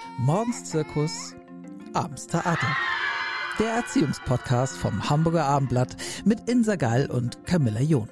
Morgens Zirkus, abends Theater. Der Erziehungspodcast vom Hamburger Abendblatt mit Insa Gall und Camilla John.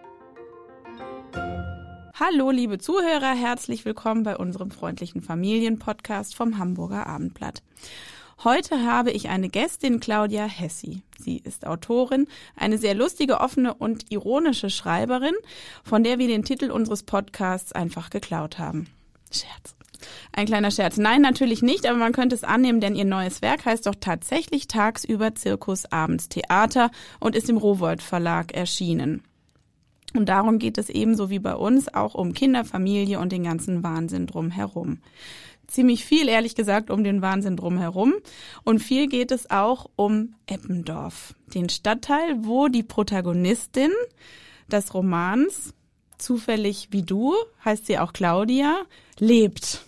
Hallo liebe Zuhörer, herzlich willkommen bei unserem freundlichen Familienpodcast vom Hamburger Abendblatt. Heute habe ich eine Gästin, Claudia Hessi. Sie ist Autorin, eine sehr lustige, offene und ironische Schreiberin, von der wir den Titel unseres Podcasts einfach geklaut haben. Scherz. Ein kleiner Scherz. Nein, natürlich nicht, aber man könnte es annehmen, denn ihr neues Werk heißt doch tatsächlich tagsüber Zirkus, abends Theater und ist im Rowohlt Verlag erschienen. Und darum geht es ebenso wie bei uns auch um Kinder, Familie und den ganzen Wahnsinn drumherum. Ziemlich viel, ehrlich gesagt, um den Wahnsinn drumherum. Und viel geht es auch um Eppendorf, den Stadtteil, wo die Protagonistin des Romans, zufällig wie du, heißt sie auch Claudia, lebt.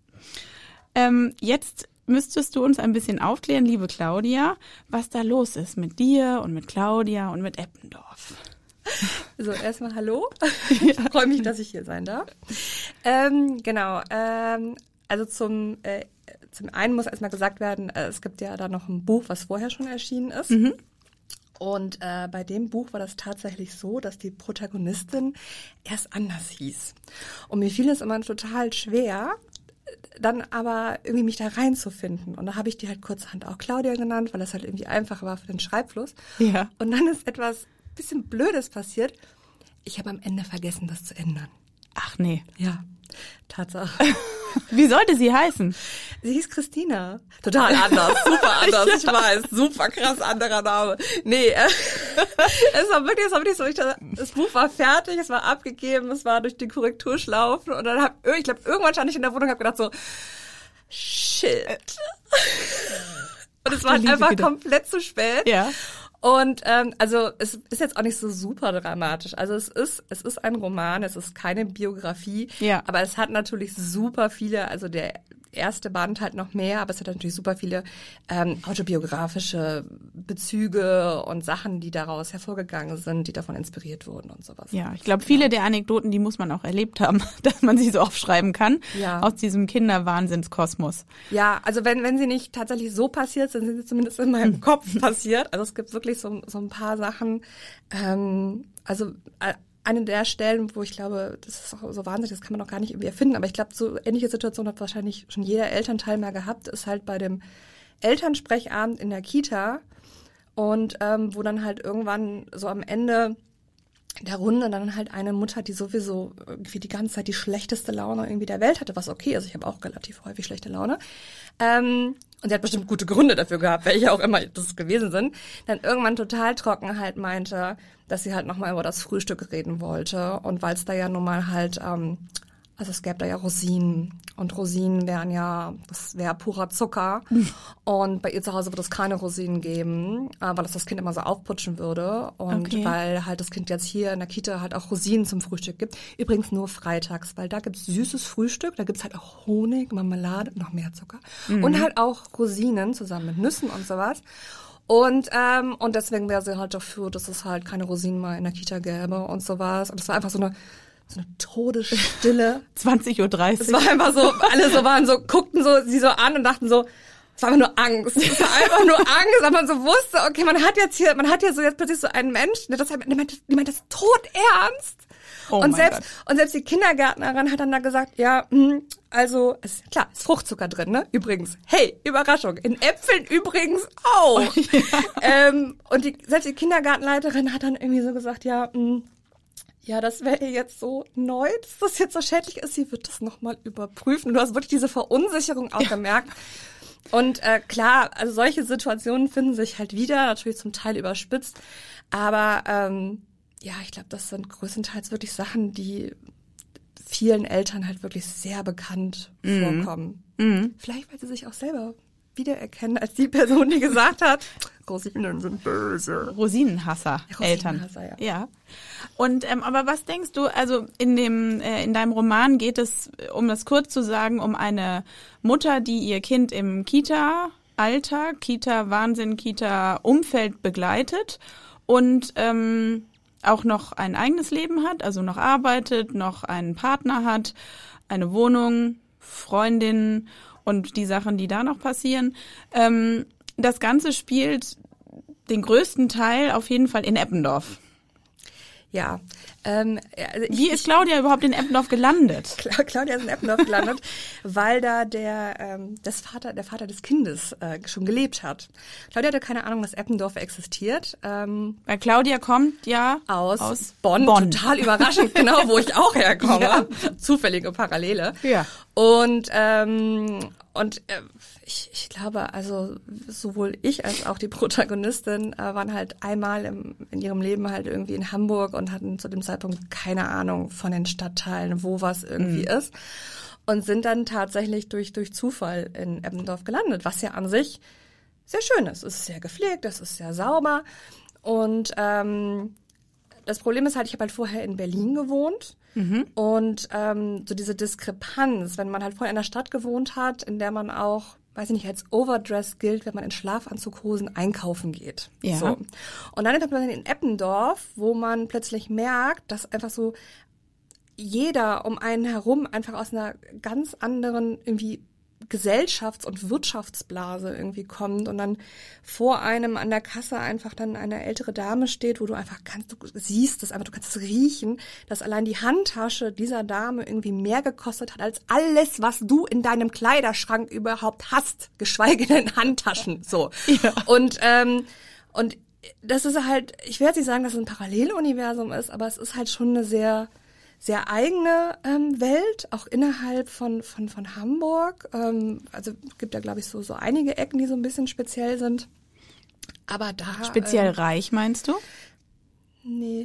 Jetzt müsstest du uns ein bisschen aufklären, liebe Claudia, was da los ist mit dir und mit Claudia und mit Eppendorf. So, erstmal hallo. Ich freue mich, dass ich hier sein darf. Also zum einen muss erstmal gesagt werden, es gibt ja da noch ein Buch, was vorher schon erschienen ist. Mhm. Und bei dem Buch war das tatsächlich so, dass die Protagonistin erst anders hieß. Und mir fiel es immer total schwer, dann aber irgendwie mich da reinzufinden. Und da habe ich die halt kurzerhand auch Claudia genannt, weil das halt irgendwie einfacher war für den Schreibfluss. Ja. Und dann ist etwas bisschen Blödes passiert. Ich habe am Ende vergessen, das zu ändern. Ach nee. Ja, Tatsache. Wie sollte sie heißen? Sie hieß Christina. Total anders, super anders, ja. Ich weiß. Super krass anderer Name. Nee, es war wirklich so, das Buch war fertig, es war abgegeben, es war durch die Korrekturschlaufen und dann ich glaube, irgendwann stand ich in der Wohnung und habe gedacht so, shit. Und es war halt einfach komplett zu spät. Ja. Und also es ist jetzt auch nicht so super dramatisch. Also es ist ein Roman, es ist keine Biografie, ja. Aber es hat natürlich super viele, also der erste Band halt noch mehr, aber es hat natürlich super viele autobiografische Bezüge und Sachen, die daraus hervorgegangen sind, die davon inspiriert wurden und sowas. Ja, ich glaube, viele der Anekdoten, die muss man auch erlebt haben, dass man sie so aufschreiben kann, ja. Aus diesem Kinderwahnsinnskosmos. Ja, also wenn sie nicht tatsächlich so passiert sind, sind sie zumindest in meinem Kopf passiert. Also es gibt wirklich so ein paar Sachen, eine der Stellen, wo ich glaube, das ist auch so wahnsinnig, das kann man auch gar nicht irgendwie erfinden, aber ich glaube, so ähnliche Situation hat wahrscheinlich schon jeder Elternteil mal gehabt, ist halt bei dem Elternsprechabend in der Kita und wo dann halt irgendwann so am Ende der Runde dann halt eine Mutter, die sowieso irgendwie die ganze Zeit die schlechteste Laune irgendwie der Welt hatte, was okay ist, ich habe auch relativ häufig schlechte Laune, und sie hat bestimmt gute Gründe dafür gehabt, welche auch immer das gewesen sind, dann irgendwann total trocken halt meinte, dass sie halt nochmal über das Frühstück reden wollte. Und weil es da ja nun mal halt, also es gäbe da ja Rosinen. Und Rosinen das wäre purer Zucker. Und bei ihr zu Hause wird es keine Rosinen geben, weil das Kind immer so aufputschen würde. Und weil halt das Kind jetzt hier in der Kita halt auch Rosinen zum Frühstück gibt. Übrigens nur freitags, weil da gibt's süßes Frühstück, da gibt's halt auch Honig, Marmelade, noch mehr Zucker. Mhm. Und halt auch Rosinen zusammen mit Nüssen und sowas. Und deswegen wäre sie halt dafür, dass es halt keine Rosinen mal in der Kita gäbe und sowas. Und das war einfach so eine Todesstille. 20:30 Uhr. Es war einfach so, alle guckten sie so an und dachten so, es war einfach nur Angst. Es war einfach nur Angst, weil man so wusste, okay, man hat jetzt plötzlich so einen Menschen, der meint das todernst. Oh und selbst die Kindergärtnerin hat dann da gesagt, ja, also, ist Fruchtzucker drin, ne? Übrigens. Hey, Überraschung. In Äpfeln übrigens auch. Oh, ja. Und selbst die Kindergartenleiterin hat dann irgendwie so gesagt, ja, das wäre jetzt so neu, dass das jetzt so schädlich ist. Sie wird das nochmal überprüfen. Und du hast wirklich diese Verunsicherung auch gemerkt. Und klar, also solche Situationen finden sich halt wieder, natürlich zum Teil überspitzt. Aber ich glaube, das sind größtenteils wirklich Sachen, die vielen Eltern halt wirklich sehr bekannt vorkommen. Mhm. Vielleicht, weil sie sich auch selber wiedererkennen als die Person, die gesagt hat, Rosinen sind böse. Rosinenhasser, Eltern. Ja. Und aber was denkst du, also in deinem Roman geht es, um das kurz zu sagen, um eine Mutter, die ihr Kind im Kita-Alltag, Kita-Wahnsinn, Kita-Umfeld begleitet und auch noch ein eigenes Leben hat, also noch arbeitet, noch einen Partner hat, eine Wohnung, Freundinnen und die Sachen, die da noch passieren. Das Ganze spielt den größten Teil auf jeden Fall in Eppendorf. Ja. Wie ist Claudia überhaupt in Eppendorf gelandet? Claudia ist in Eppendorf gelandet, weil da der Vater des Kindes schon gelebt hat. Claudia hatte keine Ahnung, dass Eppendorf existiert. Weil Claudia kommt ja aus Bonn. Total überraschend, genau, wo ich auch herkomme. Ja. Zufällige Parallele. Ja. Und ich glaube, also sowohl ich als auch die Protagonistin waren halt einmal in ihrem Leben halt irgendwie in Hamburg und hatten zu dem Zeitpunkt keine Ahnung von den Stadtteilen, wo was irgendwie ist. Und sind dann tatsächlich durch Zufall in Eppendorf gelandet, was ja an sich sehr schön ist. Es ist sehr gepflegt, es ist sehr sauber. Und das Problem ist halt, ich habe halt vorher in Berlin gewohnt. Und so diese Diskrepanz, wenn man halt vorher in einer Stadt gewohnt hat, in der man auch, weiß ich nicht, als Overdress gilt, wenn man in Schlafanzughosen einkaufen geht. Ja. So. Und dann ist man in Eppendorf, wo man plötzlich merkt, dass einfach so jeder um einen herum einfach aus einer ganz anderen irgendwie Gesellschafts- und Wirtschaftsblase irgendwie kommt und dann vor einem an der Kasse einfach dann eine ältere Dame steht, wo du einfach du siehst es einfach, du kannst es riechen, dass allein die Handtasche dieser Dame irgendwie mehr gekostet hat als alles, was du in deinem Kleiderschrank überhaupt hast, geschweige denn Handtaschen, so. Ja. Und das ist halt, ich werde nicht sagen, dass es ein Paralleluniversum ist, aber es ist halt schon eine sehr eigene Welt, auch innerhalb von Hamburg. Also gibt ja, glaube ich, so einige Ecken, die so ein bisschen speziell sind. Aber da... Speziell reich, meinst du? Nee.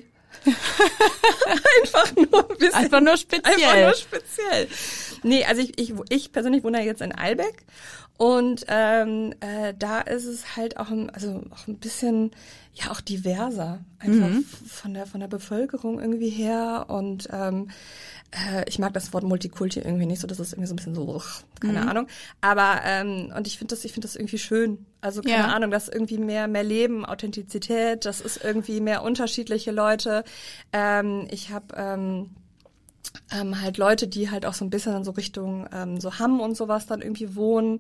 Einfach nur ein bisschen. Einfach nur speziell. Nee, also ich persönlich wohne jetzt in Eilbeck. Und da ist es halt auch ein bisschen, ja, auch diverser. Einfach von der Bevölkerung irgendwie her. Und ich mag das Wort Multikulti irgendwie nicht so, das ist irgendwie so ein bisschen so, keine Ahnung. Aber und ich finde das irgendwie schön. Also keine Ahnung, das ist irgendwie mehr Leben, Authentizität, das ist irgendwie mehr unterschiedliche Leute. Ich habe halt Leute, die halt auch so ein bisschen in so Richtung so Hamm und sowas dann irgendwie wohnen.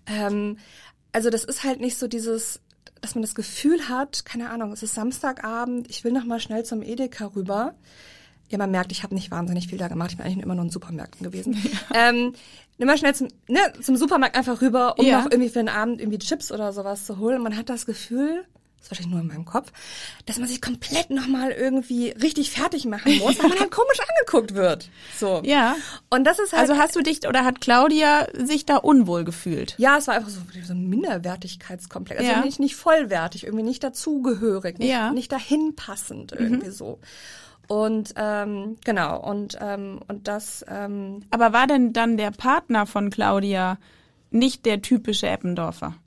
Also das ist halt nicht so dieses, dass man das Gefühl hat, keine Ahnung, es ist Samstagabend, ich will noch mal schnell zum Edeka rüber. Ja, man merkt, ich habe nicht wahnsinnig viel da gemacht. Ich bin eigentlich immer nur in Supermärkten gewesen. Nimm mal schnell zum Supermarkt einfach rüber, um noch irgendwie für den Abend irgendwie Chips oder sowas zu holen. Man hat das Gefühl, das ist wahrscheinlich nur in meinem Kopf, dass man sich komplett nochmal irgendwie richtig fertig machen muss, weil man halt komisch angeguckt wird. So. Ja. Und das ist halt. Also hast du dich oder hat Claudia sich da unwohl gefühlt? Ja, es war einfach so ein Minderwertigkeitskomplex. Also nicht vollwertig, irgendwie nicht dazugehörig, nicht dahin passend irgendwie so. Und genau, und das Aber war denn dann der Partner von Claudia nicht der typische Eppendorfer?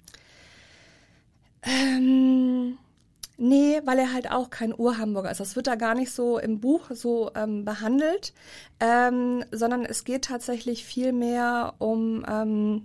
Nee, weil er halt auch kein Ur-Hamburger ist. Das wird da gar nicht so im Buch so behandelt, sondern es geht tatsächlich viel mehr um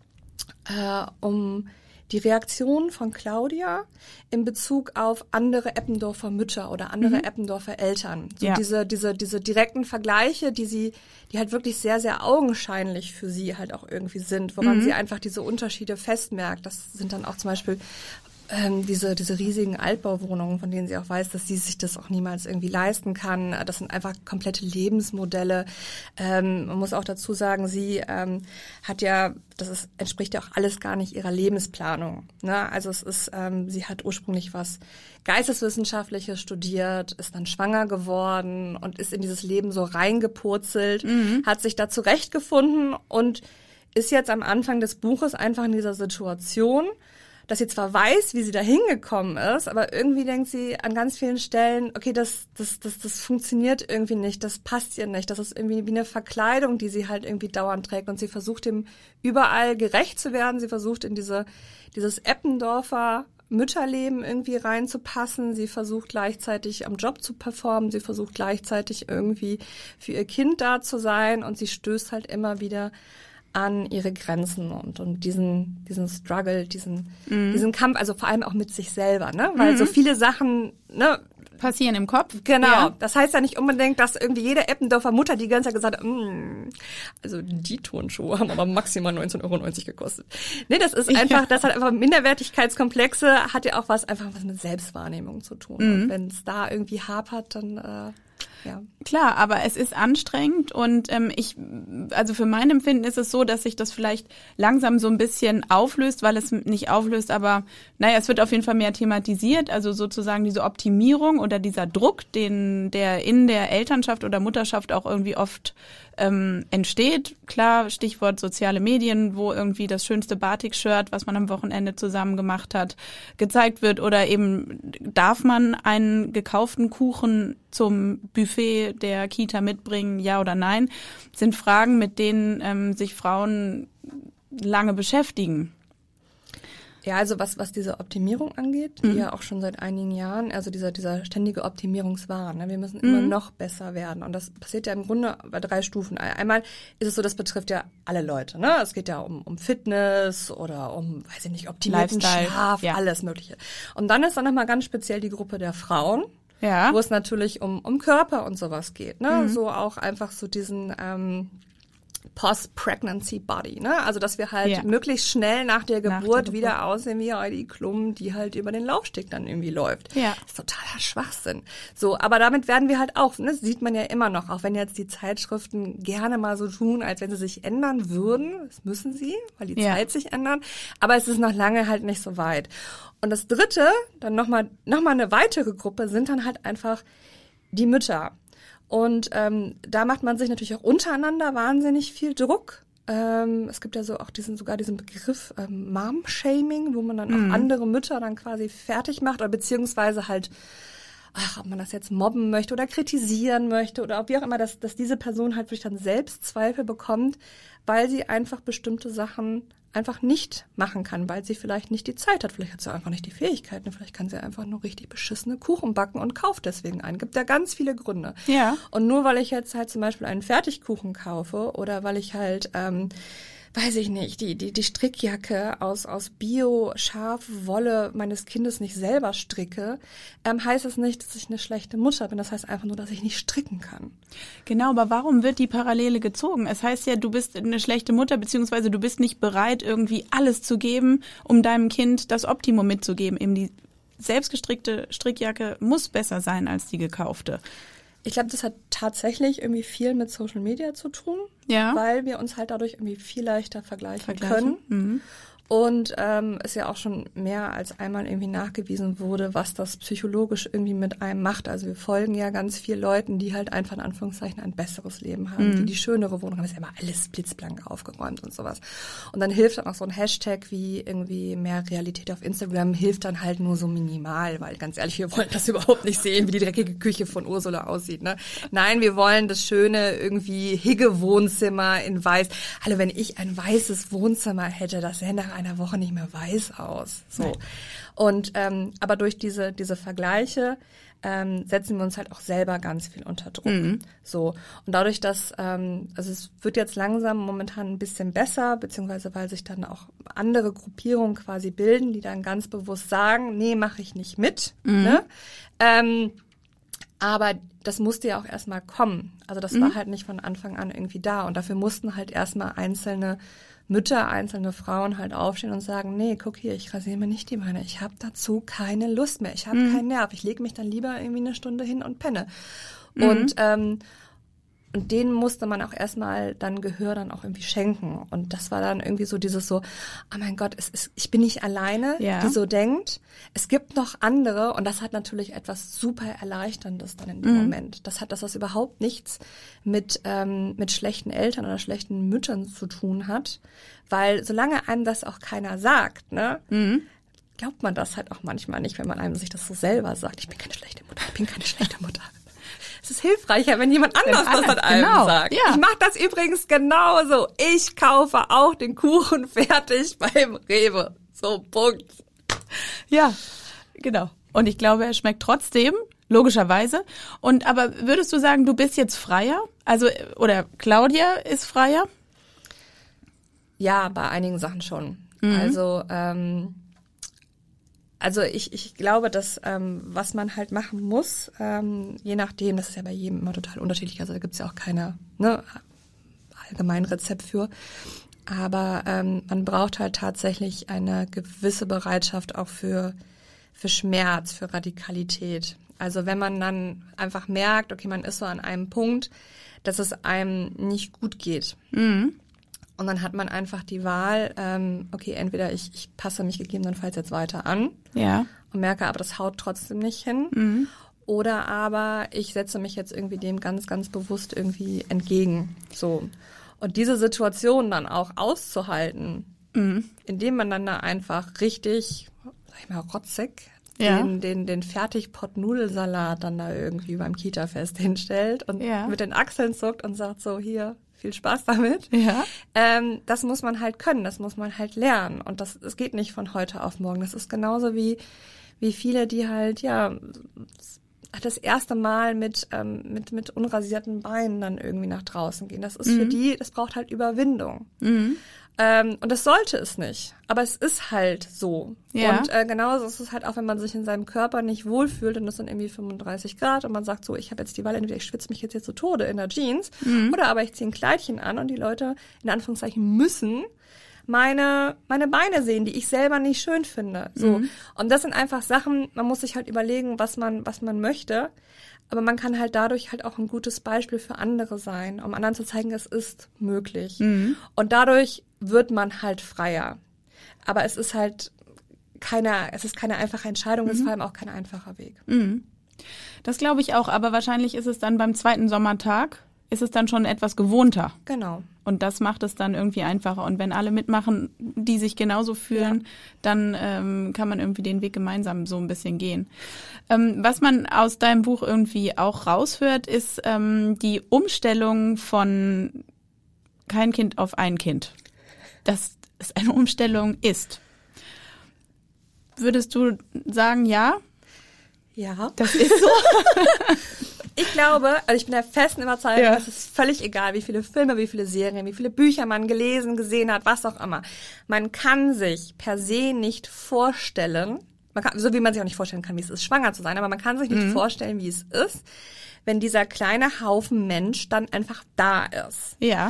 die Reaktion von Claudia in Bezug auf andere Eppendorfer Mütter oder andere Eppendorfer Eltern. So diese direkten Vergleiche, die halt wirklich sehr, sehr augenscheinlich für sie halt auch irgendwie sind, woran sie einfach diese Unterschiede festmerkt. Das sind dann auch zum Beispiel diese riesigen Altbauwohnungen, von denen sie auch weiß, dass sie sich das auch niemals irgendwie leisten kann. Das sind einfach komplette Lebensmodelle. Man muss auch dazu sagen, sie entspricht ja auch alles gar nicht ihrer Lebensplanung. Ne? Also es ist, sie hat ursprünglich was Geisteswissenschaftliches studiert, ist dann schwanger geworden und ist in dieses Leben so reingepurzelt, hat sich da zurechtgefunden und ist jetzt am Anfang des Buches einfach in dieser Situation, dass sie zwar weiß, wie sie da hingekommen ist, aber irgendwie denkt sie an ganz vielen Stellen, okay, das funktioniert irgendwie nicht, das passt ihr nicht, das ist irgendwie wie eine Verkleidung, die sie halt irgendwie dauernd trägt und sie versucht dem überall gerecht zu werden, sie versucht in dieses Eppendorfer Mütterleben irgendwie reinzupassen, sie versucht gleichzeitig am Job zu performen, sie versucht gleichzeitig irgendwie für ihr Kind da zu sein und sie stößt halt immer wieder an ihre Grenzen und diesen Struggle, diesen Kampf, also vor allem auch mit sich selber, ne? Weil so viele Sachen, ne, passieren im Kopf. Genau. Ja. Das heißt ja nicht unbedingt, dass irgendwie jede Eppendorfer Mutter die ganze Zeit gesagt hat, also die Turnschuhe haben aber maximal 19,90 € gekostet. Nee, das ist einfach, das hat einfach Minderwertigkeitskomplexe, hat ja auch was mit Selbstwahrnehmung zu tun. Und wenn es da irgendwie hapert, dann ja. Klar, aber es ist anstrengend und also für mein Empfinden ist es so, dass sich das vielleicht langsam so ein bisschen auflöst, weil es nicht auflöst, aber es wird auf jeden Fall mehr thematisiert, also sozusagen diese Optimierung oder dieser Druck, der in der Elternschaft oder Mutterschaft auch irgendwie oft entsteht. Klar, Stichwort soziale Medien, wo irgendwie das schönste Batik-Shirt, was man am Wochenende zusammen gemacht hat, gezeigt wird oder eben darf man einen gekauften Kuchen zum Buffet der Kita mitbringen, ja oder nein, sind Fragen, mit denen sich Frauen lange beschäftigen. Ja, also was diese Optimierung angeht, die ja auch schon seit einigen Jahren, also dieser ständige Optimierungswahn, ne? Wir müssen immer noch besser werden. Und das passiert ja im Grunde bei 3 Stufen. Einmal ist es so, das betrifft ja alle Leute, ne? Es geht ja um Fitness oder um, weiß ich nicht, optimierten Lifestyle, Schlaf, alles Mögliche. Und dann ist dann nochmal ganz speziell die Gruppe der Frauen, wo es natürlich um Körper und sowas geht, ne? So auch einfach so diesen Post-Pregnancy Body, ne? Also, dass wir halt möglichst schnell nach der Geburt wieder aussehen wie Heidi Klum, die halt über den Laufsteg dann irgendwie läuft. Ja. Das ist totaler Schwachsinn. So, aber damit werden wir halt auch, ne? Das sieht man ja immer noch, auch wenn jetzt die Zeitschriften gerne mal so tun, als wenn sie sich ändern würden. Das müssen sie, weil die Zeit sich ändert. Aber es ist noch lange halt nicht so weit. Und das Dritte, dann nochmal eine weitere Gruppe, sind dann halt einfach die Mütter. Und da macht man sich natürlich auch untereinander wahnsinnig viel Druck. Es gibt ja so auch diesen Begriff Mom-Shaming, wo man dann auch andere Mütter dann quasi fertig macht oder beziehungsweise halt, ob man das jetzt mobben möchte oder kritisieren möchte oder wie auch immer, dass diese Person halt wirklich dann Selbstzweifel bekommt, weil sie einfach bestimmte Sachen einfach nicht machen kann, weil sie vielleicht nicht die Zeit hat. Vielleicht hat sie einfach nicht die Fähigkeiten. Vielleicht kann sie einfach nur richtig beschissene Kuchen backen und kauft deswegen einen. Gibt ja ganz viele Gründe. Ja. Und nur weil ich jetzt halt zum Beispiel einen Fertigkuchen kaufe oder weil ich halt, weiß ich nicht, die Strickjacke aus Bio-Schafwolle meines Kindes nicht selber stricke, heißt es nicht, dass ich eine schlechte Mutter bin. Das heißt einfach nur, dass ich nicht stricken kann. Genau, aber warum wird die Parallele gezogen? Es heißt ja, du bist eine schlechte Mutter, beziehungsweise du bist nicht bereit, irgendwie alles zu geben, um deinem Kind das Optimum mitzugeben. Eben die selbstgestrickte Strickjacke muss besser sein als die gekaufte. Ich glaube, das hat tatsächlich irgendwie viel mit Social Media zu tun, weil wir uns halt dadurch irgendwie viel leichter vergleichen können. Mhm. Und es ja auch schon mehr als einmal irgendwie nachgewiesen wurde, was das psychologisch irgendwie mit einem macht. Also wir folgen ja ganz vielen Leuten, die halt einfach in Anführungszeichen ein besseres Leben haben, die schönere Wohnung haben. Das ist ja immer alles blitzblank aufgeräumt und sowas. Und dann hilft dann auch so ein Hashtag wie irgendwie mehr Realität auf Instagram, hilft dann halt nur so minimal, weil ganz ehrlich, wir wollen das überhaupt nicht sehen, wie die dreckige Küche von Ursula aussieht. Ne? Nein, wir wollen das schöne irgendwie Higge-Wohnzimmer in weiß. Hallo, wenn ich ein weißes Wohnzimmer hätte, das sähe nach einer Woche nicht mehr weiß aus. So. Und aber durch diese Vergleiche setzen wir uns halt auch selber ganz viel unter Druck. Mhm. So. Und dadurch, dass also es wird jetzt langsam momentan ein bisschen besser, beziehungsweise weil sich dann auch andere Gruppierungen quasi bilden, die dann ganz bewusst sagen, nee, mache ich nicht mit. Mhm. Ne? Aber das musste ja auch erstmal kommen. Also das war halt nicht von Anfang an irgendwie da. Und dafür mussten halt erstmal einzelne Mütter, einzelne Frauen halt aufstehen und sagen, nee, guck hier, ich rasiere mir nicht die Beine. Ich habe dazu keine Lust mehr. Ich habe keinen Nerv. Ich lege mich dann lieber irgendwie eine Stunde hin und penne. Und denen musste man auch erstmal dann Gehör dann auch irgendwie schenken. Und das war dann irgendwie so dieses so, oh mein Gott, ich bin nicht alleine, die so denkt. Es gibt noch andere und das hat natürlich etwas super Erleichterndes dann in dem Moment. Das hat überhaupt nichts mit schlechten Eltern oder schlechten Müttern zu tun hat, weil solange einem das auch keiner sagt, ne, glaubt man das halt auch manchmal nicht, wenn man einem sich das so selber sagt. Ich bin keine schlechte Mutter, ich bin keine schlechte Mutter. Es ist hilfreicher, wenn jemand anders das an einem sagt. Ja. Ich mache das übrigens genauso. Ich kaufe auch den Kuchen fertig beim Rewe. So, Punkt. Ja, genau. Und ich glaube, er schmeckt trotzdem, logischerweise. Aber würdest du sagen, du bist jetzt freier? Also, oder Claudia ist freier? Ja, bei einigen Sachen schon. Also, Also ich glaube, dass was man halt machen muss, je nachdem, das ist ja bei jedem immer total unterschiedlich, also da gibt's ja auch keine allgemeinen Rezept für, aber man braucht halt tatsächlich eine gewisse Bereitschaft auch für Schmerz, für Radikalität. Also wenn man dann einfach merkt, okay, man ist so an einem Punkt, dass es einem nicht gut geht. Mhm. Und dann hat man einfach die Wahl, okay, entweder ich passe mich gegebenenfalls jetzt weiter an und merke, aber das haut trotzdem nicht hin. Oder aber ich setze mich jetzt irgendwie dem ganz, ganz bewusst irgendwie entgegen. So. Und diese Situation dann auch auszuhalten, indem man dann da einfach richtig, sag ich mal, rotzig den Fertigpott-Nudelsalat dann da irgendwie beim Kita-Fest hinstellt und mit den Achseln zuckt und sagt so, hier, viel Spaß damit. Ja. Das muss man halt können, das muss man halt lernen. Und das geht nicht von heute auf morgen. Das ist genauso wie viele, die halt, das erste Mal mit unrasierten Beinen dann irgendwie nach draußen gehen. Das ist für die, das braucht halt Überwindung. Und das sollte es nicht. Aber es ist halt so. Ja. Und genauso ist es halt auch, wenn man sich in seinem Körper nicht wohlfühlt und das sind irgendwie 35 Grad und man sagt so, ich habe jetzt die Wahl, entweder ich schwitze mich jetzt zu Tode in der Jeans oder aber ich ziehe ein Kleidchen an und die Leute in Anführungszeichen müssen meine Beine sehen, die ich selber nicht schön finde. So. Und das sind einfach Sachen, man muss sich halt überlegen, was man möchte. Aber man kann halt dadurch halt auch ein gutes Beispiel für andere sein, um anderen zu zeigen, es ist möglich. Und dadurch wird man halt freier. Aber es ist halt keine einfache Entscheidung, es ist vor allem auch kein einfacher Weg. Das glaube ich auch, aber wahrscheinlich ist es dann beim zweiten Sommertag, ist es dann schon etwas gewohnter. Genau. Und das macht es dann irgendwie einfacher. Und wenn alle mitmachen, die sich genauso fühlen, dann kann man irgendwie den Weg gemeinsam so ein bisschen gehen. Was man aus deinem Buch irgendwie auch raushört, ist die Umstellung von kein Kind auf ein Kind. Dass es eine Umstellung ist. Würdest du sagen, ja? Ja. Das ist so? Ich glaube, also ich bin der festen Überzeugung, es ist völlig egal, wie viele Filme, wie viele Serien, wie viele Bücher man gelesen, gesehen hat, was auch immer. Man kann sich per se nicht vorstellen, so wie man sich auch nicht vorstellen kann, wie es ist, schwanger zu sein, aber man kann sich nicht vorstellen, wie es ist, wenn dieser kleine Haufen Mensch dann einfach da ist. Ja.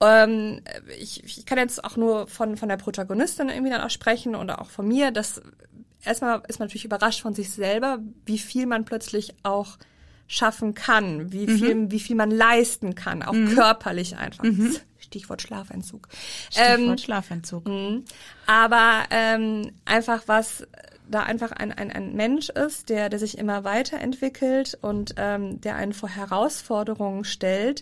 Ich kann jetzt auch nur von der Protagonistin irgendwie dann auch sprechen und auch von mir, dass erstmal ist man natürlich überrascht von sich selber, wie viel man plötzlich auch schaffen kann, wie viel man leisten kann, auch körperlich einfach. Stichwort Schlafentzug. Schlafentzug. Aber einfach was da einfach ein Mensch ist, der sich immer weiterentwickelt und der einen vor Herausforderungen stellt,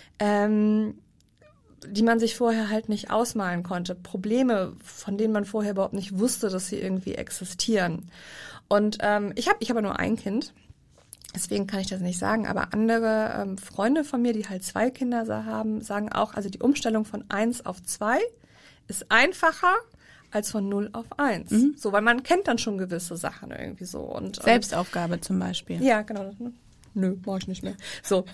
die man sich vorher halt nicht ausmalen konnte. Probleme, von denen man vorher überhaupt nicht wusste, dass sie irgendwie existieren. Und ich habe nur ein Kind. Deswegen kann ich das nicht sagen, aber andere Freunde von mir, die halt 2 Kinder haben, sagen auch, also die Umstellung von 1 auf 2 ist einfacher als von 0 auf 1. So, weil man kennt dann schon gewisse Sachen irgendwie so. Und Selbstaufgabe zum Beispiel. Ja, genau. Nö, mach ich nicht mehr. So.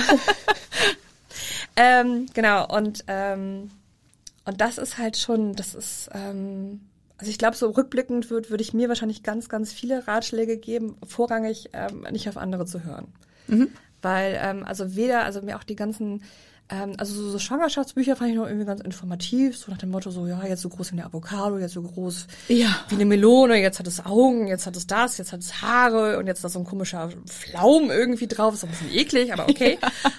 Genau, und das ist halt schon, das ist also ich glaube, so rückblickend würde ich mir wahrscheinlich ganz, ganz viele Ratschläge geben, vorrangig nicht auf andere zu hören. Weil, also mir auch die ganzen, also so Schwangerschaftsbücher fand ich noch irgendwie ganz informativ, so nach dem Motto so, ja, jetzt so groß wie eine Avocado, jetzt so groß wie eine Melone, jetzt hat es Augen, jetzt hat es das, jetzt hat es Haare und jetzt da so ein komischer Pflaum irgendwie drauf, ist ein bisschen eklig, aber okay.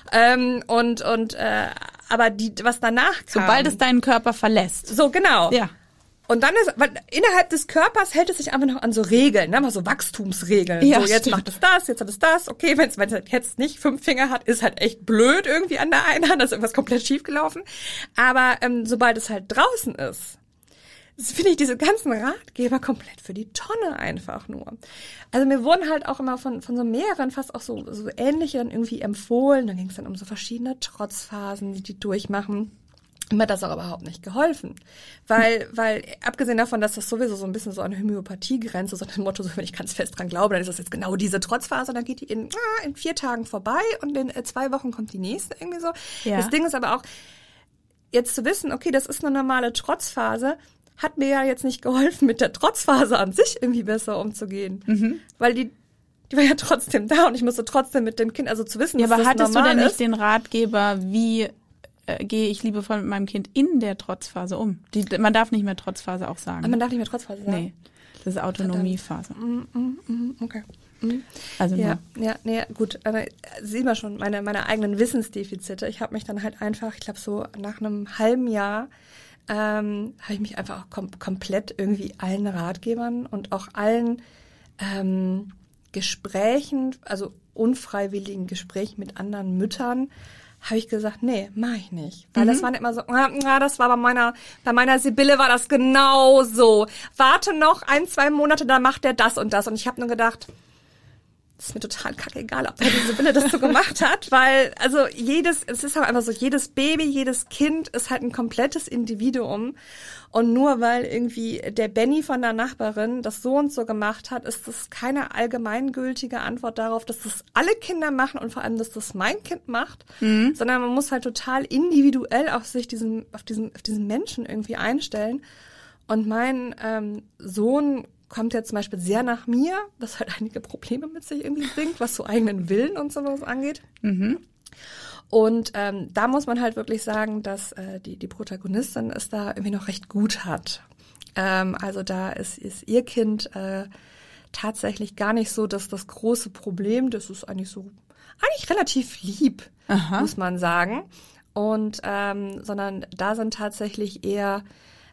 Aber was danach kam. Sobald es deinen Körper verlässt. So, genau. Ja. Und dann weil innerhalb des Körpers hält es sich einfach noch an so Regeln, ne, mal so Wachstumsregeln. Ja, so, jetzt stimmt. macht es das, jetzt hat es das. Okay, wenn es jetzt nicht 5 Finger hat, ist halt echt blöd irgendwie an der einen Hand, da ist irgendwas komplett schief gelaufen. Aber sobald es halt draußen ist, finde ich diese ganzen Ratgeber komplett für die Tonne einfach nur. Also mir wurden halt auch immer von so mehreren fast auch so ähnliche dann irgendwie empfohlen. Dann ging es dann um so verschiedene Trotzphasen, die durchmachen. Mir hat das auch überhaupt nicht geholfen. Weil abgesehen davon, dass das sowieso so ein bisschen so an Homöopathie grenzt, so nach dem Motto, so, wenn ich ganz fest dran glaube, dann ist das jetzt genau diese Trotzphase, dann geht die in 4 Tagen vorbei und in 2 Wochen kommt die nächste irgendwie so. Ja. Das Ding ist aber auch, jetzt zu wissen, okay, das ist eine normale Trotzphase, hat mir ja jetzt nicht geholfen, mit der Trotzphase an sich irgendwie besser umzugehen. Weil die war ja trotzdem da und ich musste trotzdem mit dem Kind, also zu wissen, Ja, dass aber das hattest du normal denn nicht ist. den Ratgeber, wie gehe ich liebevoll mit meinem Kind in der Trotzphase um? Man darf nicht mehr Trotzphase auch sagen. Aber man darf nicht mehr Trotzphase sagen. Nee, das ist Autonomiephase. Okay. Also Ja, nur. ja, gut. Aber sehen wir schon, meine eigenen Wissensdefizite. Ich habe mich dann halt einfach, ich glaube so nach einem halben Jahr, habe ich mich einfach auch komplett irgendwie allen Ratgebern und auch allen Gesprächen, also unfreiwilligen Gesprächen mit anderen Müttern, habe ich gesagt, nee, mache ich nicht. Weil das waren immer so, das war bei meiner Sibylle war das genau so. Warte noch 1-2 Monate, dann macht der das und das. Und ich habe nur gedacht, das ist mir total kackegal, ob die Sibylle das so gemacht hat, weil also es ist halt einfach so, jedes Baby, jedes Kind ist halt ein komplettes Individuum und nur weil irgendwie der Benny von der Nachbarin das so und so gemacht hat, ist das keine allgemeingültige Antwort darauf, dass das alle Kinder machen und vor allem, dass das mein Kind macht, sondern man muss halt total individuell auf diesen Menschen irgendwie einstellen. Und mein Sohn kommt ja zum Beispiel sehr nach mir, was halt einige Probleme mit sich irgendwie bringt, was so eigenen Willen und sowas angeht. Und da muss man halt wirklich sagen, dass die Protagonistin es da irgendwie noch recht gut hat. Also da ist ihr Kind tatsächlich gar nicht so, dass das große Problem, das ist eigentlich relativ lieb, muss man sagen. Und sondern da sind tatsächlich eher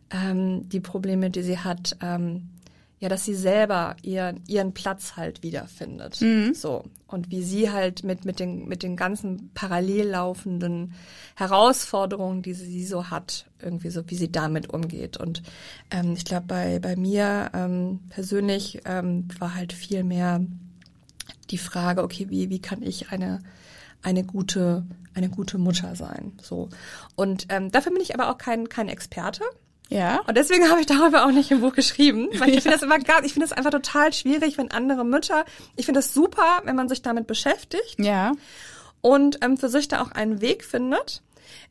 die Probleme, die sie hat, dass sie selber ihren Platz halt wiederfindet. So. Und wie sie halt mit den ganzen parallel laufenden Herausforderungen, die sie so hat, irgendwie so, wie sie damit umgeht. Und ich glaube, bei mir persönlich war halt viel mehr die Frage, okay, wie kann ich eine gute Mutter sein? So. Und dafür bin ich aber auch kein Experte. Ja. Und deswegen habe ich darüber auch nicht im Buch geschrieben, weil ich finde das einfach total schwierig, wenn andere Mütter, ich finde das super, wenn man sich damit beschäftigt. Ja. Und für sich da auch einen Weg findet.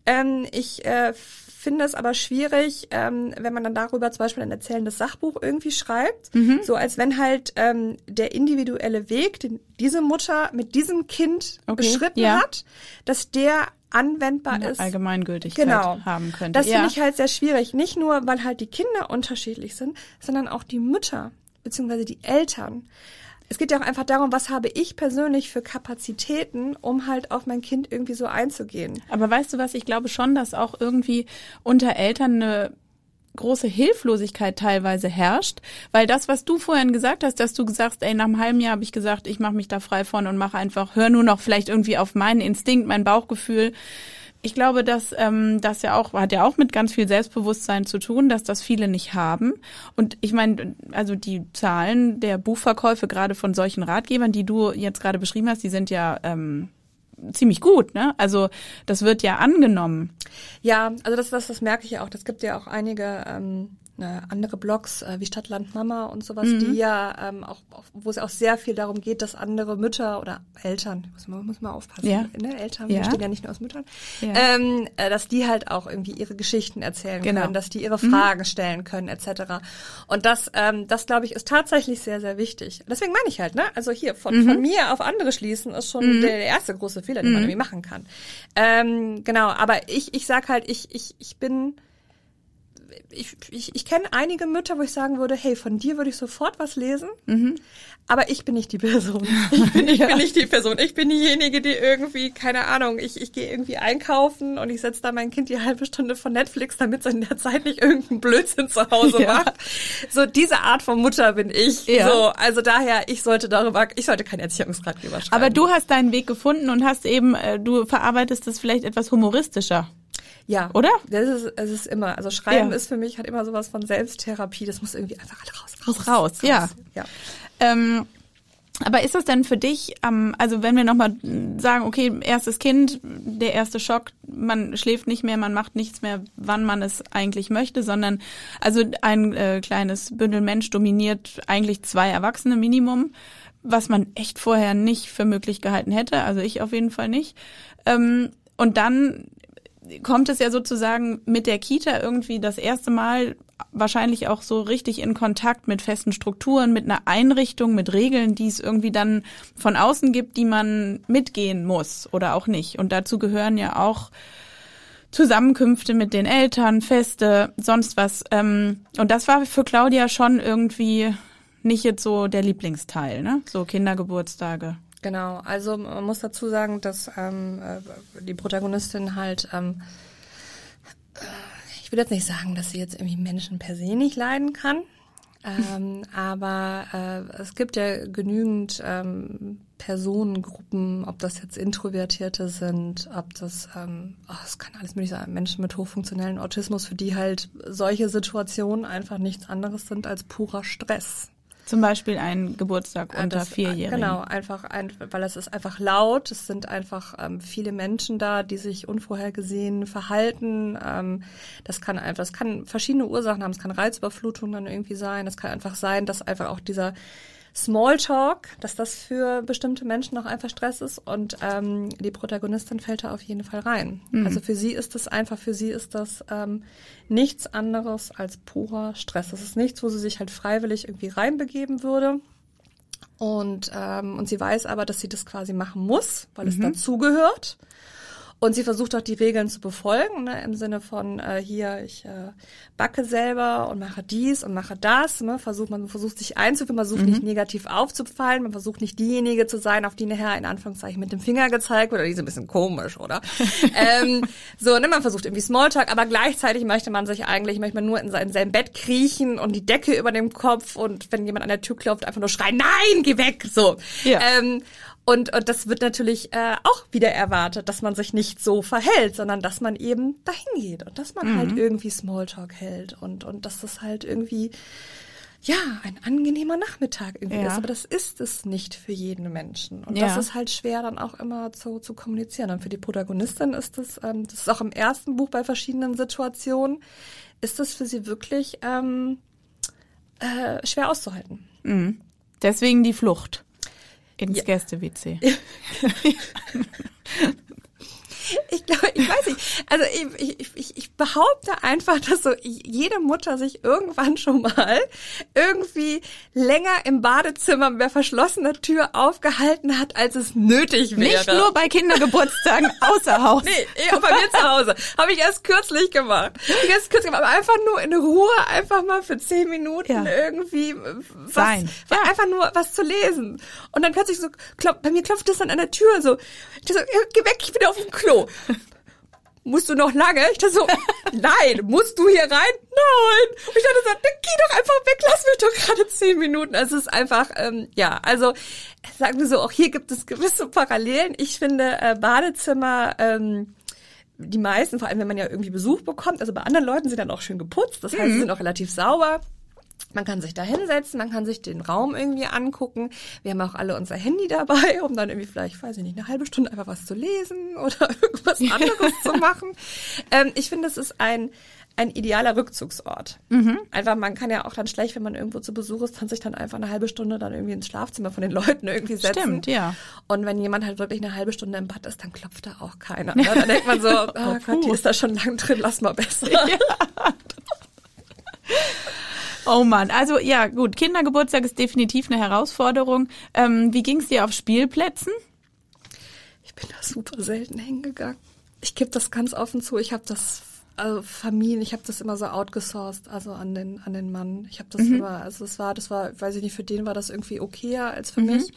Ich finde es aber schwierig, wenn man dann darüber zum Beispiel ein erzählendes Sachbuch irgendwie schreibt, so als wenn halt der individuelle Weg, den diese Mutter mit diesem Kind beschritten hat, dass der anwendbar ist. Allgemeingültigkeit haben könnte. Das finde ich halt sehr schwierig. Nicht nur, weil halt die Kinder unterschiedlich sind, sondern auch die Mütter bzw. die Eltern. Es geht ja auch einfach darum, was habe ich persönlich für Kapazitäten, um halt auf mein Kind irgendwie so einzugehen. Aber weißt du was, ich glaube schon, dass auch irgendwie unter Eltern eine große Hilflosigkeit teilweise herrscht, weil das, was du vorhin gesagt hast, dass du sagst, nach einem halben Jahr habe ich gesagt, ich mache mich da frei von und höre nur noch vielleicht irgendwie auf meinen Instinkt, mein Bauchgefühl. Ich glaube, dass das hat ja auch mit ganz viel Selbstbewusstsein zu tun, dass das viele nicht haben. Und ich meine, also die Zahlen der Buchverkäufe gerade von solchen Ratgebern, die du jetzt gerade beschrieben hast, die sind ja ziemlich gut, ne? Also das wird ja angenommen. Ja, also das merke ich ja auch. Das gibt ja auch einige andere Blogs wie Stadt, Land, Mama und sowas, die ja auch, wo es auch sehr viel darum geht, dass andere Mütter oder Eltern, muss man aufpassen, ne? Eltern bestehen ja nicht nur aus Müttern, dass die halt auch irgendwie ihre Geschichten erzählen können, dass die ihre Fragen stellen können, etc. Und das glaube ich, ist tatsächlich sehr, sehr wichtig. Deswegen meine ich halt, ne? Also hier von mir auf andere schließen ist schon der erste große Fehler, den man irgendwie machen kann. Genau, aber ich sag halt, ich kenne einige Mütter, wo ich sagen würde, hey, von dir würde ich sofort was lesen, aber ich bin nicht die Person. Ich bin nicht die Person. Ich bin diejenige, die irgendwie, keine Ahnung, ich gehe irgendwie einkaufen und ich setze da mein Kind die halbe Stunde von Netflix, damit es in der Zeit nicht irgendeinen Blödsinn zu Hause macht. So diese Art von Mutter bin ich. Ja. So, also daher, ich sollte keinen Erziehungsratgeber schreiben. Aber du hast deinen Weg gefunden und hast eben, du verarbeitest das vielleicht etwas humoristischer. Ja, oder? Es ist immer, also Schreiben ist für mich halt immer sowas von Selbsttherapie, das muss irgendwie einfach raus. Ja. Aber ist das denn für dich, also wenn wir nochmal sagen, okay, erstes Kind, der erste Schock, man schläft nicht mehr, man macht nichts mehr, wann man es eigentlich möchte, sondern also ein kleines Bündel Mensch dominiert eigentlich 2 Erwachsene Minimum, was man echt vorher nicht für möglich gehalten hätte, also ich auf jeden Fall nicht. Und dann kommt es ja sozusagen mit der Kita irgendwie das erste Mal wahrscheinlich auch so richtig in Kontakt mit festen Strukturen, mit einer Einrichtung, mit Regeln, die es irgendwie dann von außen gibt, die man mitgehen muss oder auch nicht. Und dazu gehören ja auch Zusammenkünfte mit den Eltern, Feste, sonst was. Und das war für Claudia schon irgendwie nicht jetzt so der Lieblingsteil, ne? So Kindergeburtstage. Genau, also man muss dazu sagen, dass die Protagonistin halt, ich will jetzt nicht sagen, dass sie jetzt irgendwie Menschen per se nicht leiden kann, aber es gibt ja genügend Personengruppen, ob das jetzt Introvertierte sind, ob das, es kann alles mögliche sein, Menschen mit hochfunktionellen Autismus, für die halt solche Situationen einfach nichts anderes sind als purer Stress. Zum Beispiel ein Geburtstag unter 4-Jährigen. Genau, weil es ist einfach laut. Es sind einfach viele Menschen da, die sich unvorhergesehen verhalten. Das kann verschiedene Ursachen haben. Es kann Reizüberflutung dann irgendwie sein. Es kann einfach sein, dass einfach auch dieser Smalltalk, dass das für bestimmte Menschen auch einfach Stress ist, und die Protagonistin fällt da auf jeden Fall rein. Mhm. Also für sie ist das nichts anderes als purer Stress. Das ist nichts, wo sie sich halt freiwillig irgendwie reinbegeben würde. Und sie weiß aber, dass sie das quasi machen muss, weil es dazugehört. Und sie versucht auch die Regeln zu befolgen, ne, im Sinne von ich backe selber und mache dies und mache das. Ne, man versucht sich einzuführen, man versucht nicht negativ aufzufallen, man versucht nicht diejenige zu sein, auf die nachher in Anführungszeichen mit dem Finger gezeigt wird, oder die ist ein bisschen komisch, oder? Man versucht irgendwie Smalltalk, aber gleichzeitig möchte man nur in sein Bett kriechen und die Decke über dem Kopf, und wenn jemand an der Tür klopft, einfach nur schreien, nein, geh weg, so. Ja. Und das wird natürlich auch wieder erwartet, dass man sich nicht so verhält, sondern dass man eben dahin geht und dass man halt irgendwie Smalltalk hält und dass das halt irgendwie, ein angenehmer Nachmittag irgendwie ist. Aber das ist es nicht für jeden Menschen. Und das ist halt schwer dann auch immer zu kommunizieren. Und für die Protagonistin ist das ist auch im ersten Buch bei verschiedenen Situationen, ist das für sie wirklich schwer auszuhalten. Mhm. Deswegen die Flucht. Ins Gäste-WC. Ich glaube, ich weiß nicht. Also ich behaupte einfach, dass so jede Mutter sich irgendwann schon mal irgendwie länger im Badezimmer mit verschlossener Tür aufgehalten hat, als es nötig wäre. Nicht nur bei Kindergeburtstagen außer Haus. Nee, bei mir zu Hause. Habe ich erst kürzlich gemacht. Aber einfach nur in Ruhe, einfach mal für 10 Minuten irgendwie einfach nur was zu lesen. Und dann plötzlich so, bei mir klopft es dann an der Tür so. Ich so, geh weg, ich bin auf dem Klo. Musst du noch lange? Ich dachte so, nein, musst du hier rein? Nein. Und ich dachte so, dann geh doch einfach weg, lass mich doch gerade 10 Minuten. Also es ist einfach, also sagen wir so, auch hier gibt es gewisse Parallelen. Ich finde Badezimmer, die meisten, vor allem wenn man ja irgendwie Besuch bekommt, also bei anderen Leuten sind dann auch schön geputzt, das heißt, sie sind auch relativ sauber. Man kann sich da hinsetzen, man kann sich den Raum irgendwie angucken. Wir haben auch alle unser Handy dabei, um dann irgendwie vielleicht, weiß ich nicht, eine halbe Stunde einfach was zu lesen oder irgendwas anderes zu machen. Ich finde, es ist ein idealer Rückzugsort. Einfach, man kann ja auch dann schlecht, wenn man irgendwo zu Besuch ist, kann sich dann einfach eine halbe Stunde dann irgendwie ins Schlafzimmer von den Leuten irgendwie setzen. Stimmt, ja. Und wenn jemand halt wirklich eine halbe Stunde im Bad ist, dann klopft da auch keiner. Ne? Dann denkt man so, oh Gott, die ist da schon lang drin, lass mal besser. Ja. Oh Mann, also ja gut, Kindergeburtstag ist definitiv eine Herausforderung. Wie ging es dir auf Spielplätzen? Ich bin da super selten hingegangen. Ich gebe das ganz offen zu, ich habe das ich habe das immer so outgesourced, also an den Mann. Ich habe das immer, also das war, weiß ich nicht, für den war das irgendwie okayer als für mich.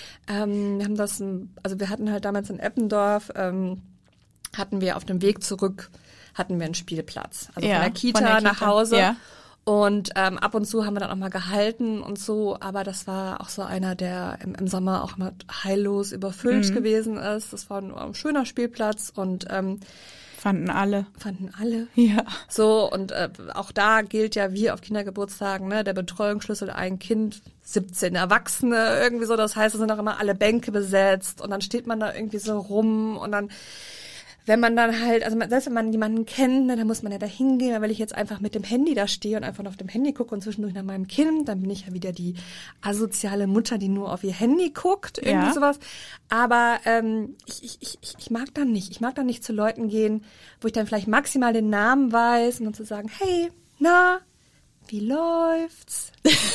Wir hatten halt damals in Eppendorf, hatten wir auf dem Weg zurück, einen Spielplatz. Also von der Kita nach Hause. Ja. Und ab und zu haben wir dann auch mal gehalten und so, aber das war auch so einer, der im Sommer auch immer heillos überfüllt gewesen ist. Das war ein schöner Spielplatz und Fanden alle. Ja. So, und auch da gilt ja wie auf Kindergeburtstagen, ne, der Betreuungsschlüssel ein Kind, 17 Erwachsene, irgendwie so. Das heißt, es sind auch immer alle Bänke besetzt und dann steht man da irgendwie so rum und dann wenn man dann halt, also selbst wenn man jemanden kennt, ne, dann muss man ja da hingehen, weil ich jetzt einfach mit dem Handy da stehe und einfach auf dem Handy gucke und zwischendurch nach meinem Kind, dann bin ich ja wieder die asoziale Mutter, die nur auf ihr Handy guckt, irgendwie sowas. Aber ich mag dann nicht. Ich mag dann nicht zu Leuten gehen, wo ich dann vielleicht maximal den Namen weiß und dann zu sagen, hey, na, wie läuft's?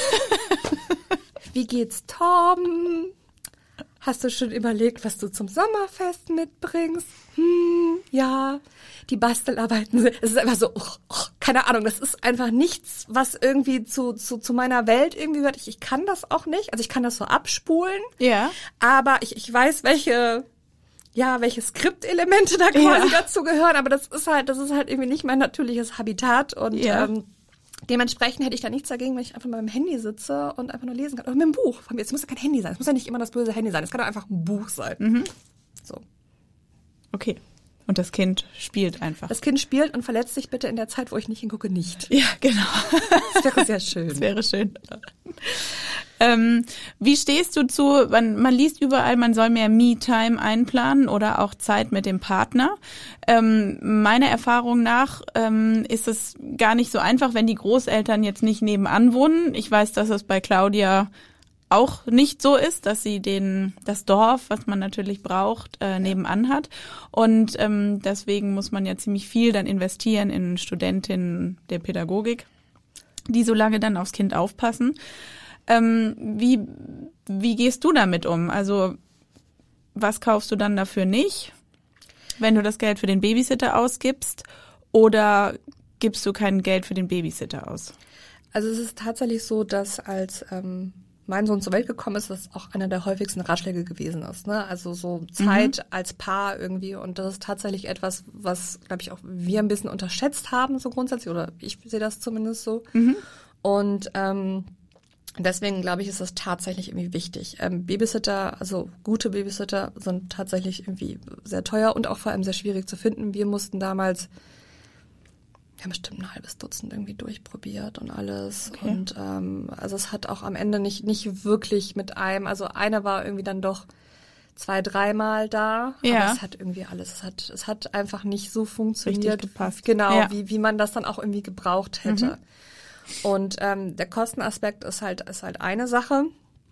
Wie geht's Tom? Hast du schon überlegt, was du zum Sommerfest mitbringst? Ja, die Bastelarbeiten. Es ist einfach so, keine Ahnung, das ist einfach nichts, was irgendwie zu meiner Welt irgendwie gehört. Ich kann das auch nicht. Also ich kann das so abspulen. Ja. Aber ich weiß, welche Skriptelemente da quasi dazu gehören. Aber das ist halt irgendwie nicht mein natürliches Habitat. Und dementsprechend hätte ich da nichts dagegen, wenn ich einfach mal mit dem Handy sitze und einfach nur lesen kann. Oder mit dem Buch. Es muss ja kein Handy sein. Es muss ja nicht immer das böse Handy sein. Es kann doch einfach ein Buch sein. Mhm. So. Okay. Und das Kind spielt einfach. Das Kind spielt und verletzt sich bitte in der Zeit, wo ich nicht hingucke, nicht. Ja, genau. Das wäre sehr schön. Das wäre schön. Wie stehst du zu, man liest überall, man soll mehr Me-Time einplanen oder auch Zeit mit dem Partner. Meiner Erfahrung nach ist es gar nicht so einfach, wenn die Großeltern jetzt nicht nebenan wohnen. Ich weiß, dass es bei Claudia auch nicht so ist, dass sie das Dorf, was man natürlich braucht, nebenan hat. Und deswegen muss man ja ziemlich viel dann investieren in Studentinnen der Pädagogik, die so lange dann aufs Kind aufpassen. Wie gehst du damit um? Also was kaufst du dann dafür nicht, wenn du das Geld für den Babysitter ausgibst, oder gibst du kein Geld für den Babysitter aus? Also es ist tatsächlich so, dass als mein Sohn zur Welt gekommen ist, das auch einer der häufigsten Ratschläge gewesen ist. Ne? Also so Zeit als Paar irgendwie. Und das ist tatsächlich etwas, was, glaube ich, auch wir ein bisschen unterschätzt haben, so grundsätzlich. Oder ich sehe das zumindest so. Mhm. Und deswegen, glaube ich, ist das tatsächlich irgendwie wichtig. Babysitter, also gute Babysitter, sind tatsächlich irgendwie sehr teuer und auch vor allem sehr schwierig zu finden. Wir mussten damals, wir haben bestimmt ein halbes Dutzend irgendwie durchprobiert und alles. Okay. Und also es hat auch am Ende nicht wirklich mit einem, also einer war irgendwie dann doch 2-3 Mal da, aber es hat irgendwie alles, es hat einfach nicht so funktioniert, richtig gepasst. Genau, wie man das dann auch irgendwie gebraucht hätte. Mhm. Und der Kostenaspekt ist halt eine Sache,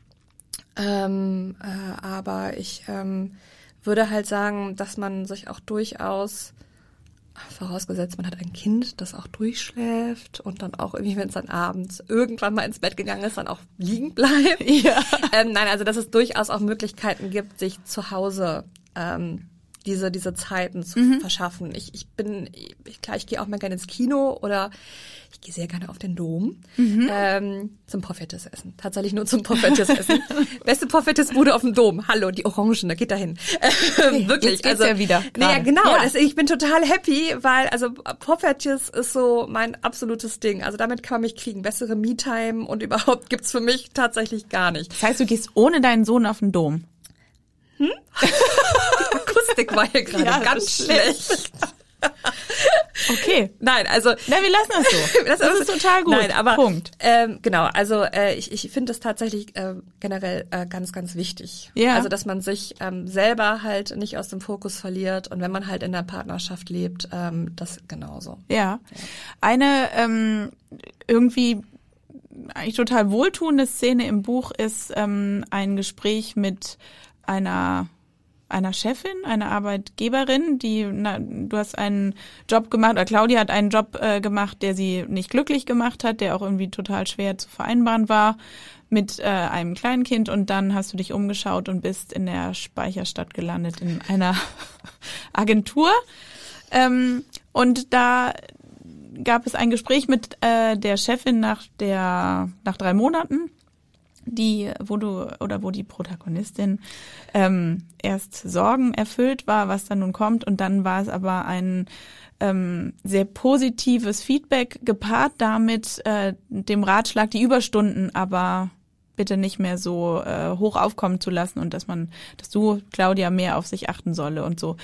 aber ich würde halt sagen, dass man sich auch durchaus, vorausgesetzt man hat ein Kind, das auch durchschläft und dann auch irgendwie, wenn es dann abends irgendwann mal ins Bett gegangen ist, dann auch liegen bleibt. Ja. Nein, also dass es durchaus auch Möglichkeiten gibt, sich zu Hause diese Zeiten zu verschaffen. Ich gehe auch mal gerne ins Kino oder ich gehe sehr gerne auf den Dom zum Prophetes essen. Tatsächlich nur zum Prophetes essen. Beste Prophetes-Bude auf dem Dom. Hallo, die Orangen, da geht dahin. Okay, wirklich. Jetzt geht's ja wieder. Naja, genau. Ja. Ich bin total happy, weil also Prophetes ist so mein absolutes Ding. Also damit kann man mich kriegen. Bessere Me-Time und überhaupt gibt's für mich tatsächlich gar nicht. Das heißt, du gehst ohne deinen Sohn auf den Dom? Die Akustik war hier gerade ganz schlecht. Okay. Nein, also... Nein, wir lassen das so. Das ist total gut. Nein, aber... Punkt. Genau, also ich finde das tatsächlich generell ganz, ganz wichtig. Ja. Also, dass man sich selber halt nicht aus dem Fokus verliert und wenn man halt in der Partnerschaft lebt, das genauso. Ja. Eine irgendwie eigentlich total wohltuende Szene im Buch ist ein Gespräch mit einer Chefin, einer Arbeitgeberin, du hast einen Job gemacht, oder Claudia hat einen Job gemacht, der sie nicht glücklich gemacht hat, der auch irgendwie total schwer zu vereinbaren war mit einem kleinen Kind, und dann hast du dich umgeschaut und bist in der Speicherstadt gelandet, in einer Agentur. Und da gab es ein Gespräch mit der Chefin nach 3 Monaten, wo die Protagonistin erst Sorgen erfüllt war, was da nun kommt, und dann war es aber ein sehr positives Feedback gepaart damit, dem Ratschlag, die Überstunden aber bitte nicht mehr so hoch aufkommen zu lassen und dass du, Claudia, mehr auf sich achten solle und so.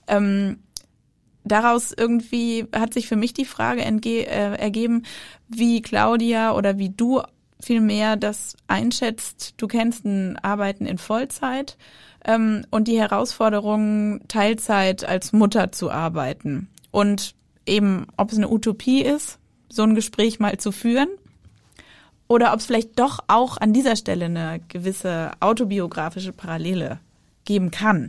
Daraus irgendwie hat sich für mich die Frage ergeben, wie Claudia oder wie du vielmehr das einschätzt, du kennst ein Arbeiten in Vollzeit und die Herausforderung, Teilzeit als Mutter zu arbeiten. Und eben, ob es eine Utopie ist, so ein Gespräch mal zu führen, oder ob es vielleicht doch auch an dieser Stelle eine gewisse autobiografische Parallele geben kann.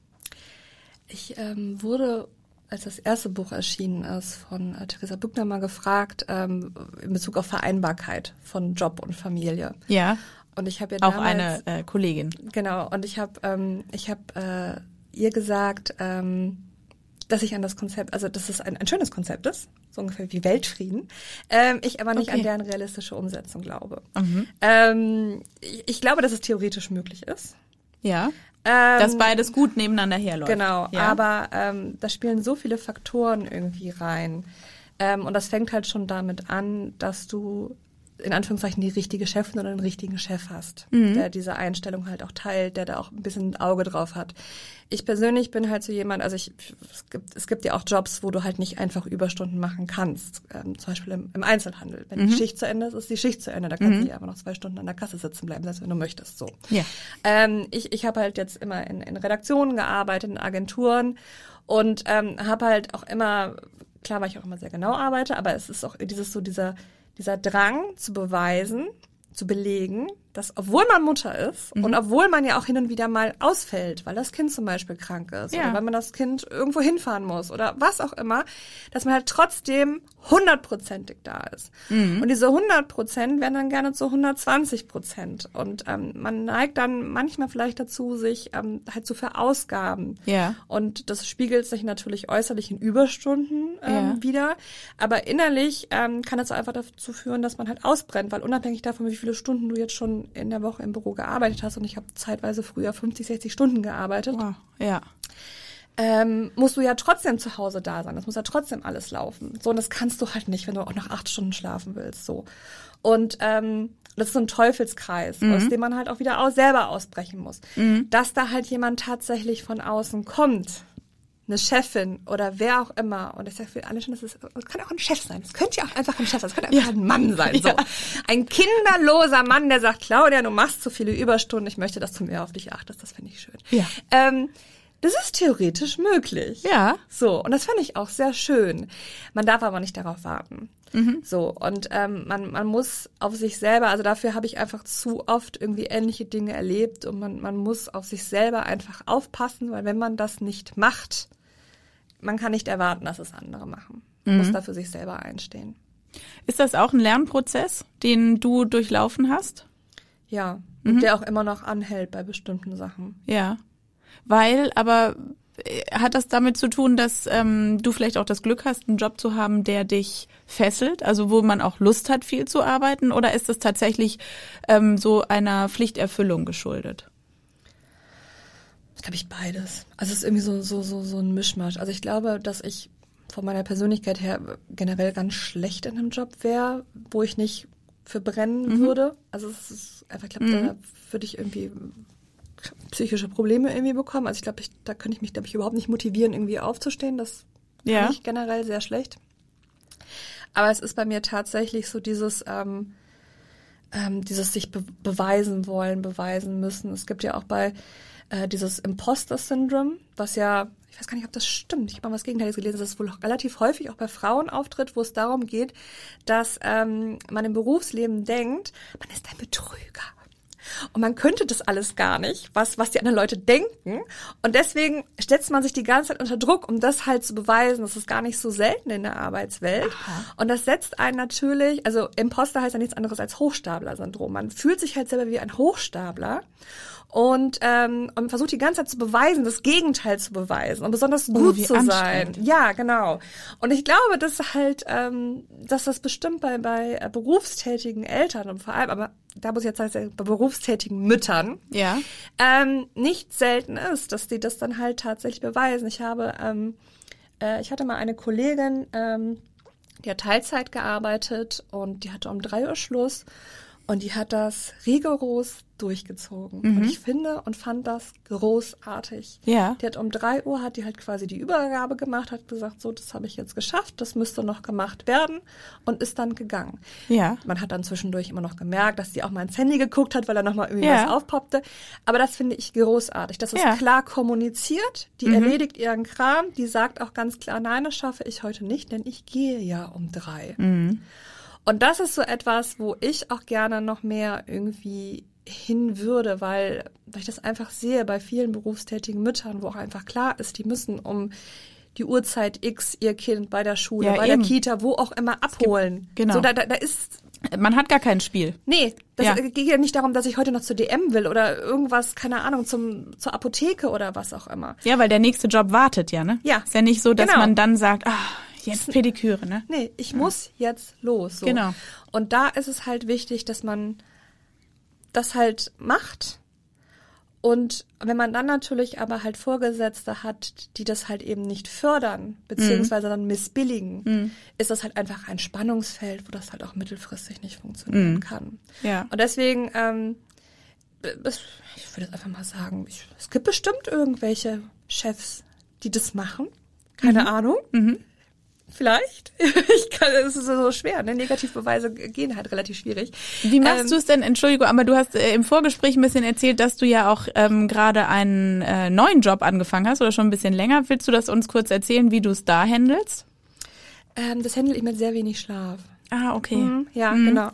Ich wurde, als das erste Buch erschienen ist, von Theresa Büchner mal gefragt, in Bezug auf Vereinbarkeit von Job und Familie. Ja. Und ich habe ja auch damals, eine Kollegin. Genau. Und ich habe ihr gesagt, dass ich an das Konzept, also dass es ein schönes Konzept ist, so ungefähr wie Weltfrieden, ich aber nicht an deren realistische Umsetzung glaube. Ich glaube, dass es theoretisch möglich ist. Ja. Dass beides gut nebeneinander herläuft. Genau, ja. aber da spielen so viele Faktoren irgendwie rein. Und das fängt halt schon damit an, dass du in Anführungszeichen die richtige Chefin oder den richtigen Chef hast, der diese Einstellung halt auch teilt, der da auch ein bisschen ein Auge drauf hat. Ich persönlich bin halt so jemand, also es gibt ja auch Jobs, wo du halt nicht einfach Überstunden machen kannst. Zum Beispiel im Einzelhandel. Wenn die Schicht zu Ende ist, ist die Schicht zu Ende. Da kannst du nicht einfach noch 2 Stunden an der Kasse sitzen bleiben, selbst wenn du möchtest. So. Ja. Ich habe halt jetzt immer in Redaktionen gearbeitet, in Agenturen und habe halt auch immer, klar, weil ich auch immer sehr genau arbeite, aber es ist auch dieser Drang zu beweisen, zu belegen, dass obwohl man Mutter ist und obwohl man ja auch hin und wieder mal ausfällt, weil das Kind zum Beispiel krank ist oder weil man das Kind irgendwo hinfahren muss oder was auch immer, dass man halt trotzdem 100%ig da ist. Und diese 100% werden dann gerne zu 120%. Und man neigt dann manchmal vielleicht dazu, sich halt zu verausgaben. Ja. Und das spiegelt sich natürlich äußerlich in Überstunden wieder. Aber innerlich kann das einfach dazu führen, dass man halt ausbrennt, weil unabhängig davon, wie viele Stunden du jetzt schon in der Woche im Büro gearbeitet hast, und ich habe zeitweise früher 50, 60 Stunden gearbeitet, ja. Musst du ja trotzdem zu Hause da sein. Das muss ja trotzdem alles laufen. So, und das kannst du halt nicht, wenn du auch noch 8 Stunden schlafen willst. So. Und das ist so ein Teufelskreis, aus dem man halt auch wieder selber ausbrechen muss. Dass da halt jemand tatsächlich von außen kommt, eine Chefin oder wer auch immer. Und ich sage für alle schon, das kann auch ein Chef sein. Das könnte ja auch einfach ein Chef sein. Das könnte einfach ein Mann sein. So. Ein kinderloser Mann, der sagt, Claudia, du machst zu viele Überstunden. Ich möchte, dass du mehr auf dich achtest. Das finde ich schön. Ja. Das ist theoretisch möglich. Ja. So. Und das fand ich auch sehr schön. Man darf aber nicht darauf warten. So. Und man muss auf sich selber, also dafür habe ich einfach zu oft irgendwie ähnliche Dinge erlebt. Und man muss auf sich selber einfach aufpassen, weil wenn man das nicht macht, man kann nicht erwarten, dass es andere machen. Man muss da für sich selber einstehen. Ist das auch ein Lernprozess, den du durchlaufen hast? Ja, und der auch immer noch anhält bei bestimmten Sachen. Ja, aber hat das damit zu tun, dass du vielleicht auch das Glück hast, einen Job zu haben, der dich fesselt, also wo man auch Lust hat, viel zu arbeiten? Oder ist das tatsächlich so einer Pflichterfüllung geschuldet? Das glaube ich beides. Also es ist irgendwie so ein Mischmasch. Also ich glaube, dass ich von meiner Persönlichkeit her generell ganz schlecht in einem Job wäre, wo ich nicht für brennen würde. Also es ist einfach, ich glaube, da würde ich irgendwie psychische Probleme irgendwie bekommen. Also ich glaube, da könnte ich mich, glaube ich, überhaupt nicht motivieren, irgendwie aufzustehen. Das kann ich generell sehr schlecht. Aber es ist bei mir tatsächlich so dieses sich beweisen wollen, beweisen müssen. Es gibt ja auch bei dieses Imposter-Syndrom, was ja, ich weiß gar nicht, ob das stimmt, ich habe mal was Gegenteiliges gelesen, dass es wohl relativ häufig auch bei Frauen auftritt, wo es darum geht, dass man im Berufsleben denkt, man ist ein Betrüger. Und man könnte das alles gar nicht, was die anderen Leute denken. Und deswegen setzt man sich die ganze Zeit unter Druck, um das halt zu beweisen. Das ist gar nicht so selten in der Arbeitswelt. Aha. Und das setzt einen natürlich, also Imposter heißt ja nichts anderes als Hochstapler-Syndrom. Man fühlt sich halt selber wie ein Hochstapler. Und versucht die ganze Zeit zu beweisen, das Gegenteil zu beweisen und besonders gut zu sein. Ja, genau. Und ich glaube, dass halt, dass das bestimmt bei berufstätigen Eltern und vor allem, aber da muss ich jetzt sagen, bei berufstätigen Müttern nicht selten ist, dass die das dann halt tatsächlich beweisen. Ich hatte mal eine Kollegin, die hat Teilzeit gearbeitet und die hatte um 3 Uhr Schluss. Und die hat das rigoros durchgezogen. Und ich fand das großartig. Ja. Die hat um 3 Uhr hat die halt quasi die Übergabe gemacht, hat gesagt, so, das habe ich jetzt geschafft, das müsste noch gemacht werden und ist dann gegangen. Ja. Man hat dann zwischendurch immer noch gemerkt, dass sie auch mal ins Handy geguckt hat, weil da nochmal irgendwie was aufpoppte. Aber das finde ich großartig. Das ist klar kommuniziert, die erledigt ihren Kram, die sagt auch ganz klar, nein, das schaffe ich heute nicht, denn ich gehe ja um 3. Und das ist so etwas, wo ich auch gerne noch mehr irgendwie hin würde, weil ich das einfach sehe bei vielen berufstätigen Müttern, wo auch einfach klar ist, die müssen um die Uhrzeit X ihr Kind bei der Schule, bei der Kita, wo auch immer abholen. Genau. So, da ist... Man hat gar kein Spiel. Nee, das geht ja nicht darum, dass ich heute noch zur DM will oder irgendwas, keine Ahnung, zur Apotheke oder was auch immer. Ja, weil der nächste Job wartet ja, ne? Ja. Ist ja nicht so, dass man dann sagt, jetzt Pediküre, ne? Nee, ich muss jetzt los. So. Genau. Und da ist es halt wichtig, dass man das halt macht. Und wenn man dann natürlich aber halt Vorgesetzte hat, die das halt eben nicht fördern, beziehungsweise dann missbilligen, ist das halt einfach ein Spannungsfeld, wo das halt auch mittelfristig nicht funktionieren kann. Ja. Und deswegen, ich würde jetzt einfach mal sagen, es gibt bestimmt irgendwelche Chefs, die das machen. Keine Ahnung. Vielleicht. Es ist so schwer, ne? Negativbeweise gehen halt relativ schwierig. Wie machst du es denn? Entschuldigung, aber du hast im Vorgespräch ein bisschen erzählt, dass du ja auch gerade einen neuen Job angefangen hast oder schon ein bisschen länger. Willst du das uns kurz erzählen, wie du es da handelst? Das handle ich mit sehr wenig Schlaf. Ah, okay. Ja, genau.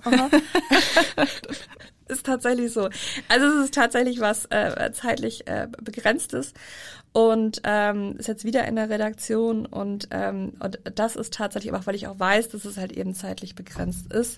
Ist tatsächlich so. Also es ist tatsächlich was zeitlich Begrenztes und ist jetzt wieder in der Redaktion und das ist tatsächlich, aber weil ich auch weiß, dass es halt eben zeitlich begrenzt ist,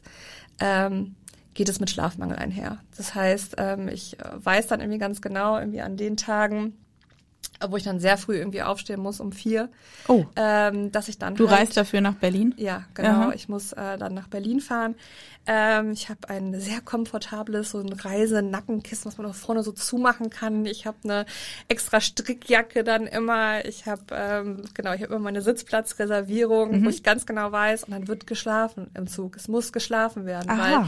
geht es mit Schlafmangel einher. Das heißt, ich weiß dann irgendwie ganz genau, irgendwie an den Tagen, wo ich dann sehr früh irgendwie aufstehen muss, um 4. Oh. Dass ich dann Du reist dafür nach Berlin? Ja, genau. Ich muss dann nach Berlin fahren. Ich habe ein sehr komfortables, so ein Reisenackenkissen, was man auch vorne so zumachen kann. Ich habe eine extra Strickjacke dann immer. Ich habe ich habe immer meine Sitzplatzreservierung, wo ich ganz genau weiß, und dann wird geschlafen im Zug. Es muss geschlafen werden,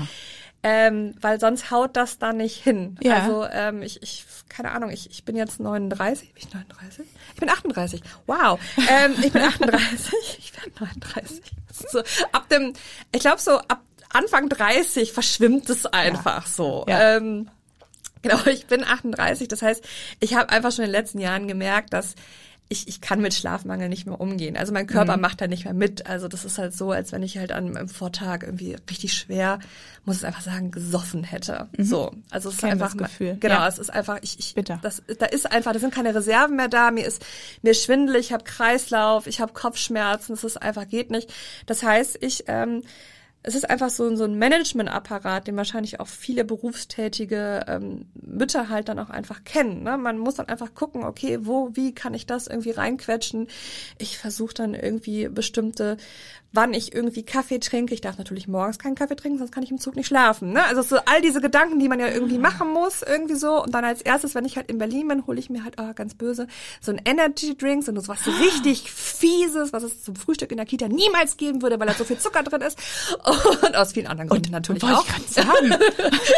weil sonst haut das da nicht hin. Ja. Also ich keine Ahnung, ich bin jetzt 39. Bin ich 39? Ich bin 38. Wow. Ich bin 38. Ich werde 39. So, ich glaube so ab Anfang 30 verschwimmt es einfach so. Ja. Genau, ich bin 38. Das heißt, ich habe einfach schon in den letzten Jahren gemerkt, dass ich kann mit Schlafmangel nicht mehr umgehen. Also mein Körper macht da nicht mehr mit. Also das ist halt so, als wenn ich halt am Vortag irgendwie richtig schwer, muss ich einfach sagen, gesoffen hätte. So, also es ist einfach das Gefühl. Genau, Ja. es ist einfach Bitter. da sind keine Reserven mehr da. Mir ist schwindelig, ich habe Kreislauf, ich habe Kopfschmerzen. Es ist einfach geht nicht. Das heißt, es ist einfach so ein Managementapparat, den wahrscheinlich auch viele berufstätige Mütter halt dann auch einfach kennen. Ne? Man muss dann einfach gucken, okay, wie kann ich das irgendwie reinquetschen? Ich versuche dann irgendwie wann ich irgendwie Kaffee trinke. Ich darf natürlich morgens keinen Kaffee trinken, sonst kann ich im Zug nicht schlafen. Ne? Also so all diese Gedanken, die man ja irgendwie machen muss, irgendwie so. Und dann als erstes, wenn ich halt in Berlin bin, hole ich mir halt ganz böse so ein Energy Drink, so was so richtig Fieses, was es zum Frühstück in der Kita niemals geben würde, weil da so viel Zucker drin ist. Und aus vielen anderen Gründen natürlich wollte auch. Ich gerade sagen.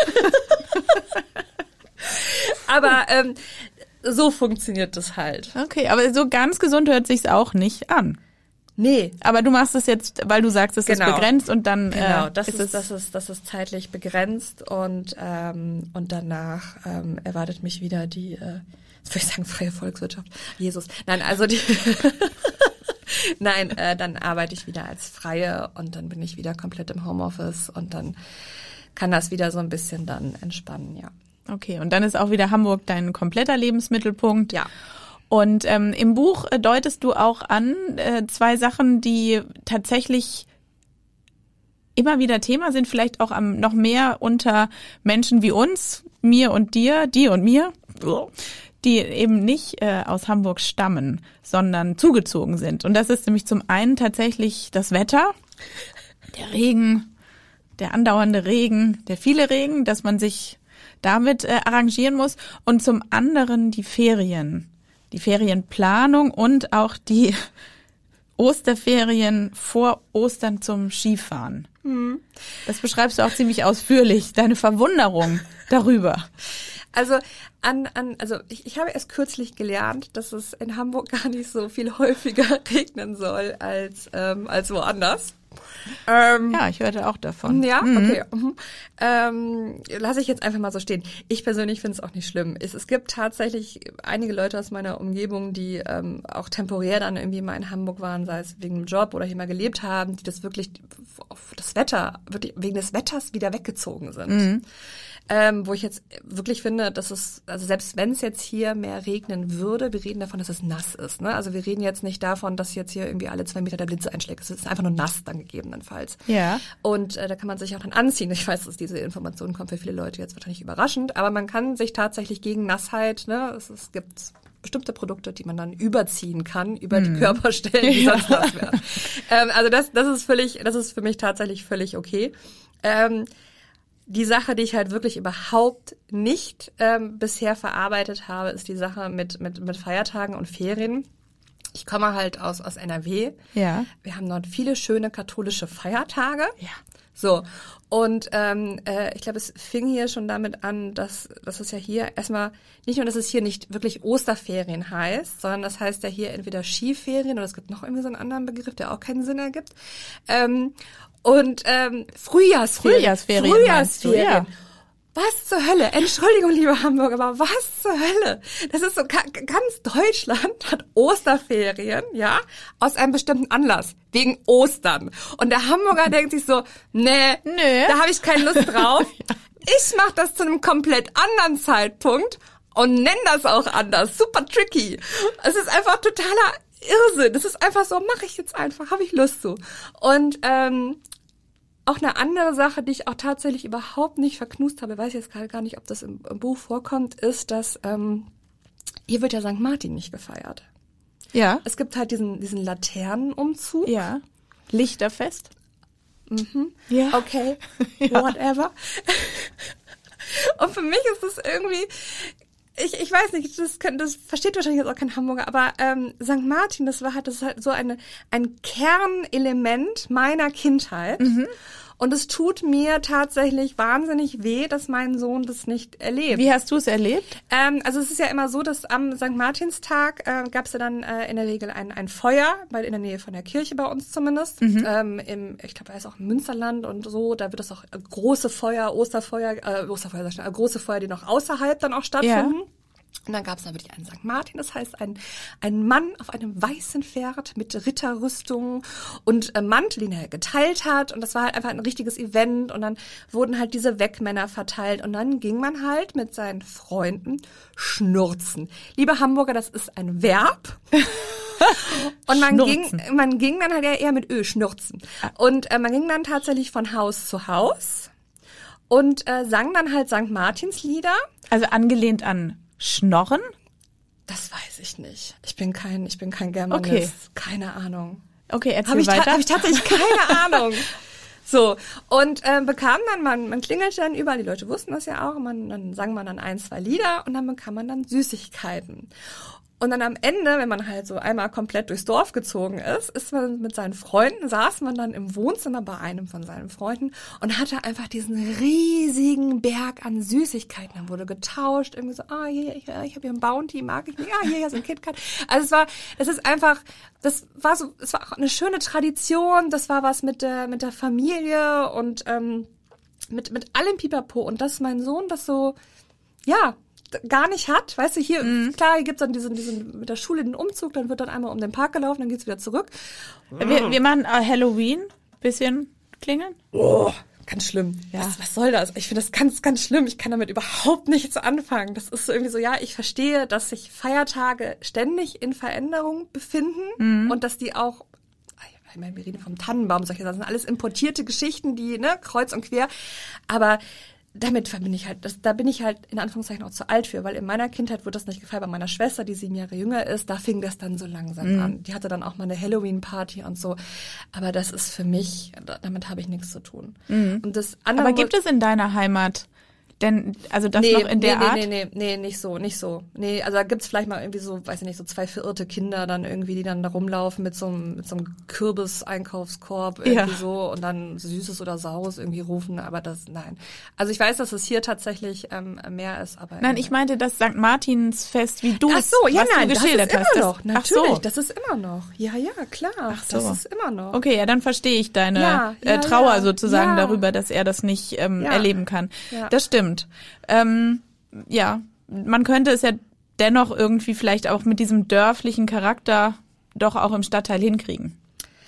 Aber so funktioniert das halt. Okay, aber so ganz gesund hört sich's auch nicht an. Nee. Aber du machst es jetzt, weil du sagst, es ist begrenzt und dann das ist zeitlich begrenzt und danach erwartet mich wieder die, jetzt würde ich sagen, freie Volkswirtschaft. Jesus. Nein, also dann arbeite ich wieder als Freie und dann bin ich wieder komplett im Homeoffice und dann kann das wieder so ein bisschen dann entspannen, ja. Okay, und dann ist auch wieder Hamburg dein kompletter Lebensmittelpunkt. Ja. Und im Buch deutest du auch an 2 Sachen, die tatsächlich immer wieder Thema sind, vielleicht auch noch mehr unter Menschen wie uns, mir und dir, dir und mir, die eben nicht aus Hamburg stammen, sondern zugezogen sind. Und das ist nämlich zum einen tatsächlich das Wetter, der Regen, der andauernde Regen, der viele Regen, dass man sich damit arrangieren muss. Und zum anderen die Ferienplanung und auch die Osterferien vor Ostern zum Skifahren. Das beschreibst du auch ziemlich ausführlich, deine Verwunderung darüber. Also ich habe erst kürzlich gelernt, dass es in Hamburg gar nicht so viel häufiger regnen soll als woanders. Ja, ich hörte auch davon. Ja, okay. Lasse ich jetzt einfach mal so stehen. Ich persönlich finde es auch nicht schlimm. Es gibt tatsächlich einige Leute aus meiner Umgebung, die auch temporär dann irgendwie mal in Hamburg waren, sei es wegen dem Job oder hier mal gelebt haben, die das wirklich auf das Wetter, wirklich wegen des Wetters wieder weggezogen sind. Wo ich jetzt wirklich finde, dass es, also selbst wenn es jetzt hier mehr regnen würde, wir reden davon, dass es nass ist. Ne? Also wir reden jetzt nicht davon, dass jetzt hier irgendwie alle 2 Meter der Blitze einschlägt. Es ist einfach nur nass dann gegebenenfalls. Ja. Und da kann man sich auch dann anziehen. Ich weiß, dass diese Information kommt für viele Leute jetzt wahrscheinlich überraschend, aber man kann sich tatsächlich gegen Nassheit, ne, es gibt bestimmte Produkte, die man dann überziehen kann über die Körperstellen, die sonst nass werden. Also das ist für mich tatsächlich völlig okay. Die Sache, die ich halt wirklich überhaupt nicht bisher verarbeitet habe, ist die Sache mit Feiertagen und Ferien. Ich komme halt aus NRW. Ja. Wir haben dort viele schöne katholische Feiertage. Ja. So. Und ich glaube, es fing hier schon damit an, dass es ja hier erstmal nicht nur, dass es hier nicht wirklich Osterferien heißt, sondern das heißt ja hier entweder Skiferien oder es gibt noch irgendwie so einen anderen Begriff, der auch keinen Sinn ergibt. Und Frühjahrsferien. Frühjahrsferien. Ja. Was zur Hölle? Entschuldigung, liebe Hamburger, aber was zur Hölle? Das ist so, ganz Deutschland hat Osterferien, ja, aus einem bestimmten Anlass, wegen Ostern. Und der Hamburger denkt sich so, nee, da habe ich keine Lust drauf. Ich mache das zu einem komplett anderen Zeitpunkt und nenne das auch anders. Super tricky. Es ist einfach totaler Irrsinn. Das ist einfach so, mache ich jetzt einfach, habe ich Lust zu. Und auch eine andere Sache, die ich auch tatsächlich überhaupt nicht verknust habe, weiß ich jetzt gerade gar nicht, ob das im Buch vorkommt, ist, dass hier wird ja St. Martin nicht gefeiert. Ja. Es gibt halt diesen Laternenumzug. Ja. Lichterfest. Ja. Okay. Ja. Whatever. Und für mich ist das irgendwie, ich weiß nicht, das versteht wahrscheinlich jetzt auch kein Hamburger, aber St. Martin, das ist halt so ein Kernelement meiner Kindheit. Und es tut mir tatsächlich wahnsinnig weh, dass mein Sohn das nicht erlebt. Wie hast du es erlebt? Also es ist ja immer so, dass am St. Martinstag gab es ja dann in der Regel ein Feuer, weil in der Nähe von der Kirche bei uns zumindest. Ich glaube, da ist auch im Münsterland und so, da wird es auch große Feuer, große Feuer, die noch außerhalb dann auch stattfinden. Ja. Und dann gab es da wirklich einen St. Martin, das heißt ein Mann auf einem weißen Pferd mit Ritterrüstung und Mantel, den er geteilt hat. Und das war halt einfach ein richtiges Event. Und dann wurden halt diese Wegmänner verteilt. Und dann ging man halt mit seinen Freunden schnurzen. Liebe Hamburger, das ist ein Verb. Und man ging dann halt eher mit Ö, schnurzen. Und man ging dann tatsächlich von Haus zu Haus und sang dann halt St. Martins Lieder. Also angelehnt an Schnorren? Das weiß ich nicht. Ich bin kein Germanist. Okay. Keine Ahnung. Okay, erzähl weiter. Habe ich tatsächlich keine Ahnung. So, und bekam dann, man klingelte dann überall, die Leute wussten das ja auch, dann sang man dann 1, 2 Lieder und dann bekam man dann Süßigkeiten. Und dann am Ende, wenn man halt so einmal komplett durchs Dorf gezogen ist man mit seinen Freunden, saß man dann im Wohnzimmer bei einem von seinen Freunden und hatte einfach diesen riesigen Berg an Süßigkeiten. Dann wurde getauscht, irgendwie so, hier, ich habe hier einen Bounty, mag ich nicht, hier ist ein KitKat. Also es war auch eine schöne Tradition, das war was mit der Familie und mit allem Pipapo. Und dass mein Sohn das so, ja, gar nicht hat, weißt du, hier, klar, hier gibt's dann diesen mit der Schule den Umzug, dann wird dann einmal um den Park gelaufen, dann geht's wieder zurück. Wir machen Halloween, bisschen klingeln. Oh, ganz schlimm. Ja. Was soll das? Ich finde das ganz, ganz schlimm. Ich kann damit überhaupt nichts anfangen. Das ist so irgendwie so, ja, ich verstehe, dass sich Feiertage ständig in Veränderung befinden und dass die auch, ich meine, wir reden vom Tannenbaum, solche Sachen, das sind alles importierte Geschichten, die, ne, kreuz und quer, aber damit verbinde ich halt, da bin ich halt in Anführungszeichen auch zu alt für, weil in meiner Kindheit wurde das nicht gefeiert. Bei meiner Schwester, die 7 Jahre jünger ist, da fing das dann so langsam an. Die hatte dann auch mal eine Halloween-Party und so. Aber das ist für mich, damit habe ich nichts zu tun. Und das andere, aber gibt es in deiner Heimat Denn, also das noch in der Art? Nee, nicht so. Nee, also da gibt's vielleicht mal irgendwie so, weiß ich nicht, so 2 verirrte Kinder dann irgendwie, die dann da rumlaufen mit so einem Kürbis-Einkaufskorb irgendwie so und dann Süßes oder Saures irgendwie rufen, aber nein. Also ich weiß, dass es hier tatsächlich mehr ist, aber... Nein, ich meinte das St. Martinsfest, wie du es geschildert hast. Immer noch, natürlich, das ist immer noch. Ja, klar, das ist immer noch. Okay, ja, dann verstehe ich deine Trauer sozusagen darüber, dass er das nicht erleben kann. Ja. Das stimmt. Man könnte es ja dennoch irgendwie vielleicht auch mit diesem dörflichen Charakter doch auch im Stadtteil hinkriegen.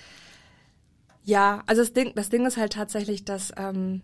Ja, also das Ding ist halt tatsächlich, dass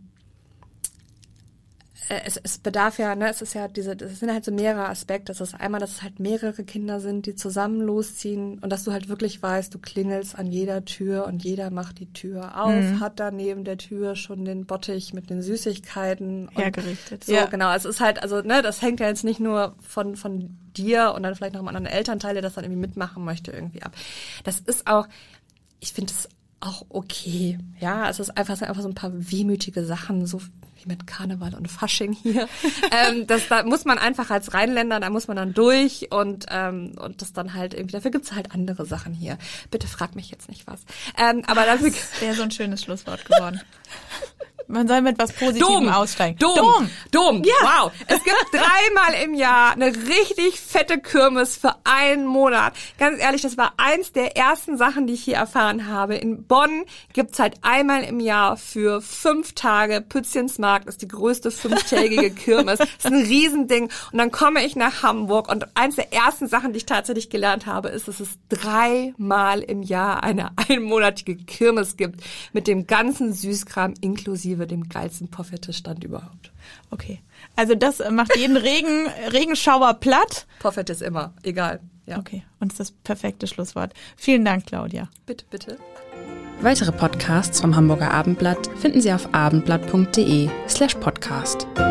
es bedarf ja, ne, es ist ja das sind halt so mehrere Aspekte. Das ist einmal, dass es halt mehrere Kinder sind, die zusammen losziehen und dass du halt wirklich weißt, du klingelst an jeder Tür und jeder macht die Tür auf, hat da neben der Tür schon den Bottich mit den Süßigkeiten hergerichtet. So, genau. Es ist halt, also, ne, das hängt ja jetzt nicht nur von dir und dann vielleicht noch einem anderen Elternteil, der das dann irgendwie mitmachen möchte, irgendwie ab. Das ist auch, ich finde es auch okay. Ja, es ist einfach so ein paar wehmütige Sachen, so wie mit Karneval und Fasching hier. Da muss man einfach als Rheinländer, da muss man dann durch und das dann halt irgendwie, dafür gibt's halt andere Sachen hier. Bitte frag mich jetzt nicht was. Aber dafür wäre so ein schönes Schlusswort geworden. Man soll mit was Positivem aussteigen. Dom. Ja. Wow. Es gibt 3-mal im Jahr eine richtig fette Kirmes für einen Monat. Ganz ehrlich, das war eins der ersten Sachen, die ich hier erfahren habe. In Bonn gibt's halt einmal im Jahr für 5 Tage Pützchensmarkt, ist die größte 5-tägige Kirmes. Das ist ein Riesending. Und dann komme ich nach Hamburg und eins der ersten Sachen, die ich tatsächlich gelernt habe, ist, dass es 3-mal im Jahr eine einmonatige Kirmes gibt mit dem ganzen Süßkram inklusive dem geilsten Pofferttischstand überhaupt. Okay, also das macht jeden Regenschauer platt. Pofferttisch ist immer, egal. Ja. Okay, und das ist das perfekte Schlusswort. Vielen Dank, Claudia. Bitte. Weitere Podcasts vom Hamburger Abendblatt finden Sie auf abendblatt.de/podcast.